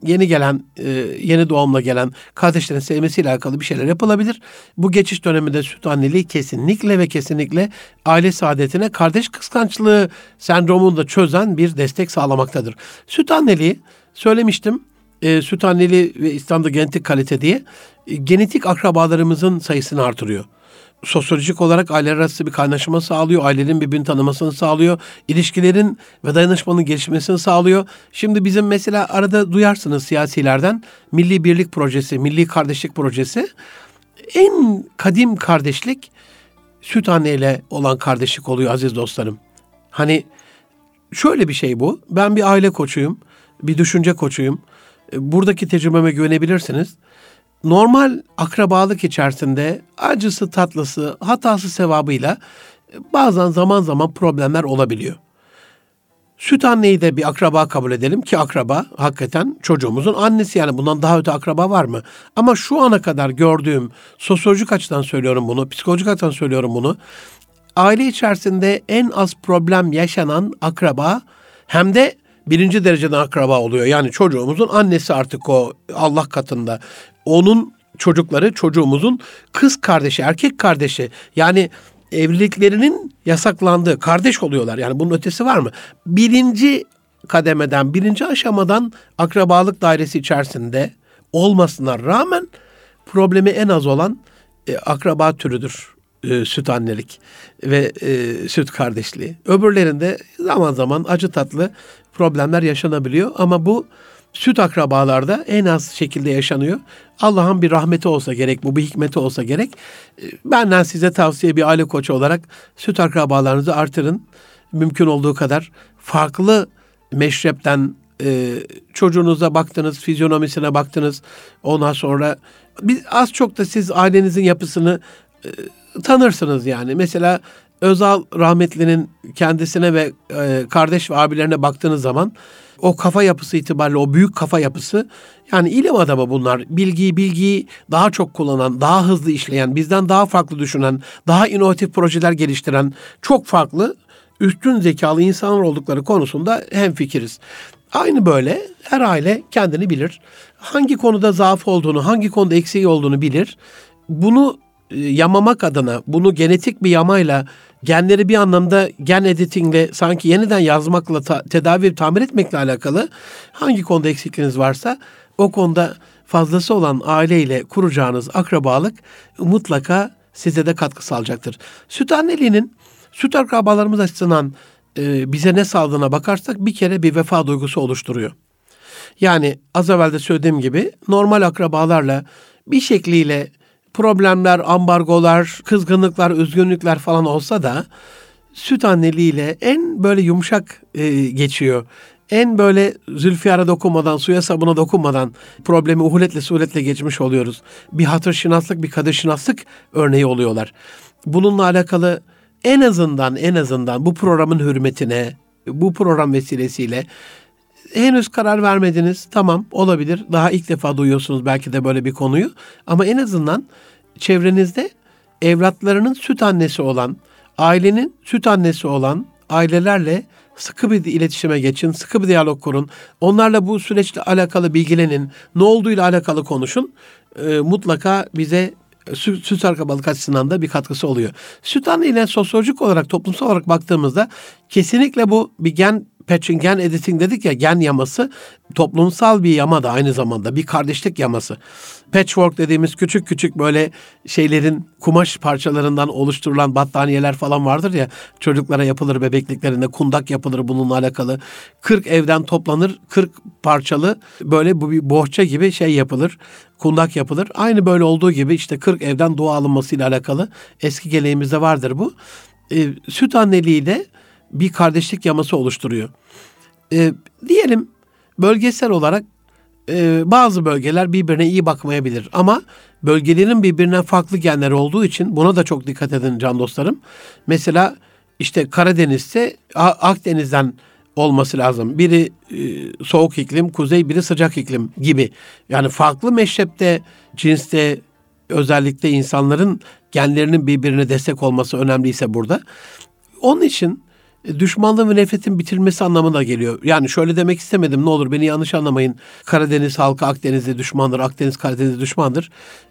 yeni doğumla gelen kardeşlerin sevmesiyle alakalı bir şeyler yapılabilir. Bu geçiş döneminde süt anneliği kesinlikle ve kesinlikle aile saadetine, kardeş kıskançlığı sendromunu da çözen bir destek sağlamaktadır. Süt anneliği söylemiştim. Süt anneliği ve İslam'da genetik kalite diye genetik akrabalarımızın sayısını artırıyor. Sosyolojik olarak aileler arası bir kaynaşma sağlıyor. Ailenin birbirini tanımasını sağlıyor. İlişkilerin ve dayanışmanın gelişmesini sağlıyor. Şimdi bizim mesela arada duyarsınız siyasilerden Milli Birlik Projesi, Milli Kardeşlik Projesi. En kadim kardeşlik süt anneyle olan kardeşlik oluyor aziz dostlarım. Hani şöyle bir şey bu. Ben bir aile koçuyum, bir düşünce koçuyum. Buradaki tecrübeme güvenebilirsiniz. Normal akrabalık içerisinde acısı tatlısı, hatası sevabıyla bazen zaman zaman problemler olabiliyor. Süt anneyi de bir akraba kabul edelim ki akraba hakikaten çocuğumuzun annesi, yani bundan daha öte akraba var mı? Ama şu ana kadar gördüğüm, sosyolojik açıdan söylüyorum bunu, psikolojik açıdan söylüyorum bunu. Aile içerisinde en az problem yaşanan akraba hem de birinci dereceden akraba oluyor. Yani çocuğumuzun annesi artık o Allah katında. Onun çocukları çocuğumuzun kız kardeşi, erkek kardeşi. Yani evliliklerinin yasaklandığı kardeş oluyorlar. Yani bunun ötesi var mı? Birinci kademeden, birinci aşamadan akrabalık dairesi içerisinde olmasına rağmen problemi en az olan akraba türüdür. Süt annelik ve süt kardeşliği. Öbürlerinde zaman zaman acı tatlı problemler yaşanabiliyor ama bu süt akrabalarda en az şekilde yaşanıyor. Allah'ın bir rahmeti olsa gerek, bu bir hikmeti olsa gerek. Benden size tavsiye, bir aile koçu olarak süt akrabalarınızı artırın. Mümkün olduğu kadar farklı meşrepten çocuğunuza baktınız, fizyonomisine baktınız. Ondan sonra az çok da siz ailenizin yapısını tanırsınız yani. Mesela Özal rahmetlinin kendisine ve kardeş ve abilerine baktığınız zaman o kafa yapısı itibariyle, o büyük kafa yapısı, yani ilim adamı bunlar. Bilgiyi daha çok kullanan, daha hızlı işleyen, bizden daha farklı düşünen, daha inovatif projeler geliştiren, çok farklı, üstün zekalı insanlar oldukları konusunda hemfikiriz. Aynı böyle her aile kendini bilir. Hangi konuda zaaf olduğunu, hangi konuda eksiği olduğunu bilir. Bunu yamamak adına, bunu genetik bir yamayla, genleri bir anlamda gen editingle sanki yeniden yazmakla, tedavi, tamir etmekle alakalı hangi konuda eksikliğiniz varsa o konuda fazlası olan aileyle kuracağınız akrabalık mutlaka size de katkı sağlayacaktır. Süt anneliğinin süt akrabalarımız açısından bize ne sağladığına bakarsak bir kere bir vefa duygusu oluşturuyor. Yani az evvel de söylediğim gibi normal akrabalarla bir şekliyle problemler, ambargolar, kızgınlıklar, üzgünlükler falan olsa da süt anneliğiyle en böyle yumuşak geçiyor. En böyle zülfiyara dokunmadan, suya sabuna dokunmadan problemi uhuletle suhuletle geçmiş oluyoruz. Bir hatırşinaslık, bir kaderşinaslık örneği oluyorlar. Bununla alakalı en azından bu programın hürmetine, bu program vesilesiyle henüz karar vermediniz. Tamam, olabilir. Daha ilk defa duyuyorsunuz belki de böyle bir konuyu. Ama en azından çevrenizde evlatlarının süt annesi olan, ailenin süt annesi olan ailelerle sıkı bir iletişime geçin, sıkı bir diyalog kurun. Onlarla bu süreçle alakalı bilgilenin, ne olduğuyla alakalı konuşun. Mutlaka bize süt akrabalık açısından da bir katkısı oluyor. Süt anne ile sosyolojik olarak, toplumsal olarak baktığımızda kesinlikle bu bir gen patching, gen editing dedik ya, gen yaması toplumsal bir yama da aynı zamanda, bir kardeşlik yaması. Patchwork dediğimiz küçük küçük böyle şeylerin, kumaş parçalarından oluşturulan battaniyeler falan vardır ya, çocuklara yapılır bebekliklerinde, kundak yapılır bununla alakalı. 40 evden toplanır, 40 parçalı böyle bu bir bohça gibi şey yapılır, kundak yapılır. Aynı böyle olduğu gibi işte 40 evden dua alınmasıyla alakalı eski geleneğimizde vardır bu. Süt anneliği de bir kardeşlik yaması oluşturuyor. Diyelim bölgesel olarak bazı bölgeler birbirine iyi bakmayabilir ama bölgelerin birbirinden farklı genleri olduğu için buna da çok dikkat edin can dostlarım. Mesela işte Karadeniz'se Akdeniz'den olması lazım. Biri soğuk iklim, kuzey, biri sıcak iklim gibi. Yani farklı meşrepte, cinste, özellikle insanların genlerinin birbirine destek olması önemliyse burada. Onun için düşmanlığı ve nefretin bitirilmesi anlamına geliyor. Yani şöyle demek istemedim, ne olur beni yanlış anlamayın. Karadeniz halkı Akdeniz'de düşmandır, Akdeniz Karadeniz'de düşmandır.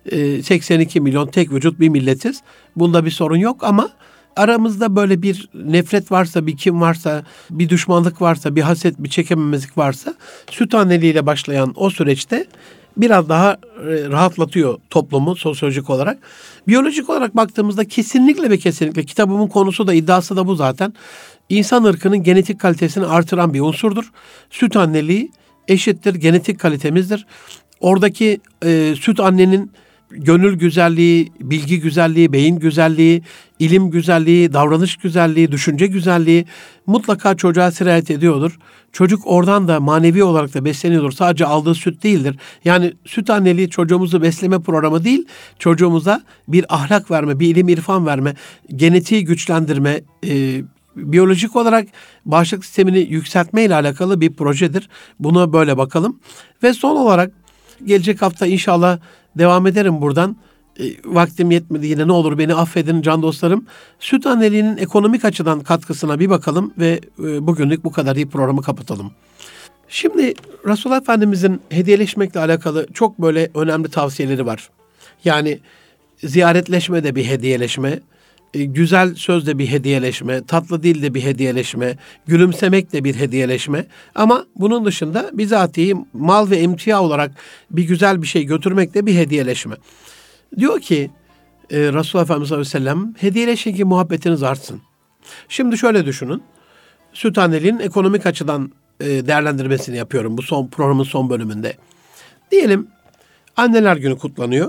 82 milyon tek vücut bir milletiz. Bunda bir sorun yok ama aramızda böyle bir nefret varsa, bir kin varsa, bir düşmanlık varsa, bir haset, bir çekememezlik varsa süt anneliğiyle başlayan o süreçte biraz daha rahatlatıyor toplumu sosyolojik olarak. Biyolojik olarak baktığımızda kesinlikle ve kesinlikle kitabımın konusu da iddiası da bu zaten. İnsan ırkının genetik kalitesini artıran bir unsurdur. Süt anneliği eşittir genetik kalitemizdir. Oradaki süt annenin gönül güzelliği, bilgi güzelliği, beyin güzelliği, ilim güzelliği, davranış güzelliği, düşünce güzelliği mutlaka çocuğa sirayet ediyordur. Çocuk oradan da manevi olarak da besleniyordur. Sadece aldığı süt değildir. Yani süt anneliği çocuğumuzu besleme programı değil, çocuğumuza bir ahlak verme, bir ilim irfan verme, genetiği güçlendirme, biyolojik olarak bağışıklık sistemini yükseltme ile alakalı bir projedir. Buna böyle bakalım. Ve son olarak gelecek hafta inşallah devam ederim buradan. Vaktim yetmedi yine, ne olur beni affedin can dostlarım. Süt anneliğinin ekonomik açıdan katkısına bir bakalım ve bugünlük bu kadar iyi programı kapatalım. Şimdi Resulullah Efendimizin hediyeleşmekle alakalı çok böyle önemli tavsiyeleri var. Yani ziyaretleşme de bir hediyeleşme, güzel söz de bir hediyeleşme, tatlı dil de bir hediyeleşme, gülümsemek de bir hediyeleşme. Ama bunun dışında bizatihi mal ve emtia olarak bir güzel bir şey götürmek de bir hediyeleşme. Diyor ki Resulullah Efendimiz sallallahu aleyhi ve sellem, hediyeleşin ki muhabbetiniz artsın. Şimdi şöyle düşünün. Süt anneliğin ekonomik açıdan değerlendirmesini yapıyorum bu programın son bölümünde. Diyelim Anneler Günü kutlanıyor.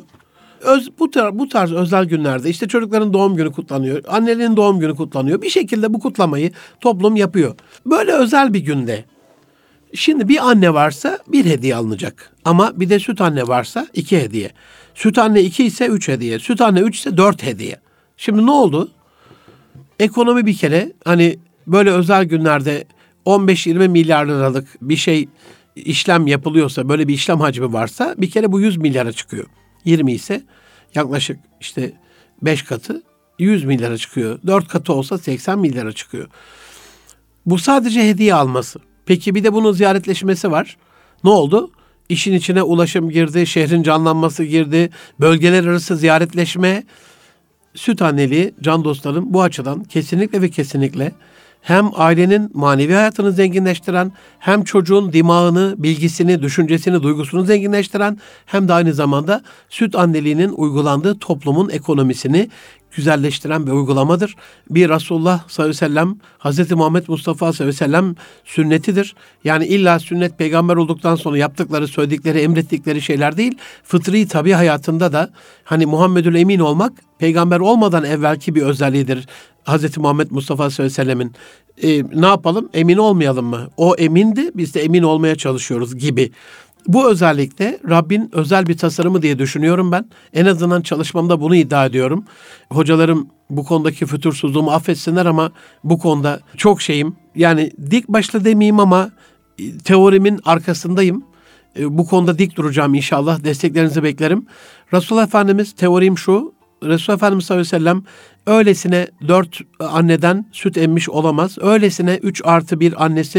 Bu tarz özel günlerde işte çocukların doğum günü kutlanıyor, annelerin doğum günü kutlanıyor. Bir şekilde bu kutlamayı toplum yapıyor. Böyle özel bir günde şimdi bir anne varsa bir hediye alınacak. Ama bir de süt anne varsa 2 hediye. Süt anne 2 ise 3 hediye. Süt anne 3 ise 4 hediye. Şimdi ne oldu? Ekonomi bir kere hani böyle özel günlerde 15-20 milyar liralık bir şey işlem yapılıyorsa, böyle bir işlem hacmi varsa bir kere bu 100 milyara çıkıyor. 20 ise yaklaşık işte 5 katı 100 milyara çıkıyor. 4 katı olsa 80 milyara çıkıyor. Bu sadece hediye alması. Peki bir de bunun ziyaretleşmesi var. Ne oldu? İşin içine ulaşım girdi, şehrin canlanması girdi, bölgeler arası ziyaretleşme. Süt anneliği can dostlarım bu açıdan kesinlikle ve kesinlikle hem ailenin manevi hayatını zenginleştiren, hem çocuğun dimağını, bilgisini, düşüncesini, duygusunu zenginleştiren, hem de aynı zamanda süt anneliğinin uygulandığı toplumun ekonomisini güzelleştiren bir uygulamadır. Bir Resulullah sallallahu aleyhi ve sellem, Hz. Muhammed Mustafa sallallahu aleyhi ve sellem sünnetidir. Yani illa sünnet peygamber olduktan sonra yaptıkları, söyledikleri, emrettikleri şeyler değil. Fıtri tabi hayatında da hani Muhammedül Emin olmak peygamber olmadan evvelki bir özelliğidir. Hz. Muhammed Mustafa sallallahu aleyhi ve sellemin. Ne yapalım? Emin olmayalım mı? O emindi, biz de emin olmaya çalışıyoruz gibi. Bu özellikle Rabbin özel bir tasarımı diye düşünüyorum ben. En azından çalışmamda bunu iddia ediyorum. Hocalarım bu konudaki fütursuzluğumu affetsinler ama bu konuda çok şeyim. Yani dik başlı demeyeyim ama teorimin arkasındayım. Bu konuda dik duracağım inşallah. Desteklerinizi beklerim. Resulullah Efendimiz, teorim şu. Resulullah Efendimiz sallallahu aleyhi ve sellem öylesine 4 anneden süt emmiş olamaz. Öylesine 3+1 annesi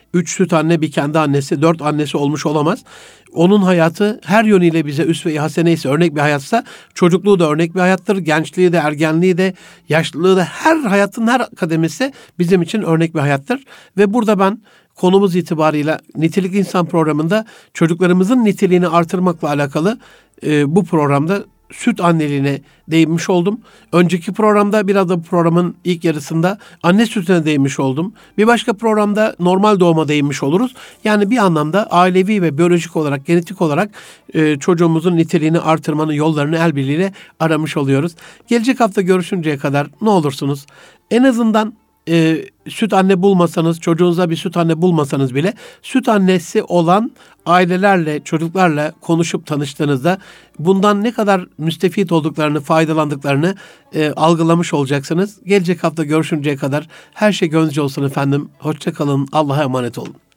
3 süt anne, bir kendi annesi, 4 annesi olmuş olamaz. Onun hayatı her yönüyle bize üsve-i hasene ise, örnek bir hayatsa, çocukluğu da örnek bir hayattır. Gençliği de, ergenliği de, yaşlılığı da, hayatın her kademesi bizim için örnek bir hayattır. Ve burada ben konumuz itibarıyla Nitelikli İnsan programında çocuklarımızın niteliğini artırmakla alakalı bu programda süt anneliğine değinmiş oldum. Önceki programda, biraz da bu programın ilk yarısında anne sütüne değinmiş oldum. Bir başka programda normal doğuma değinmiş oluruz. Yani bir anlamda ailevi ve biyolojik olarak, genetik olarak çocuğumuzun niteliğini artırmanın yollarını el birliğiyle aramış oluyoruz. Gelecek hafta görüşünceye kadar ne olursunuz, en azından süt anne bulmasanız, çocuğunuza bir süt anne bulmasanız bile süt annesi olan ailelerle, çocuklarla konuşup tanıştığınızda bundan ne kadar müstefit olduklarını, faydalandıklarını algılamış olacaksınız. Gelecek hafta görüşünceye kadar her şey gönlünüzce olsun efendim. Hoşça kalın. Allah'a emanet olun.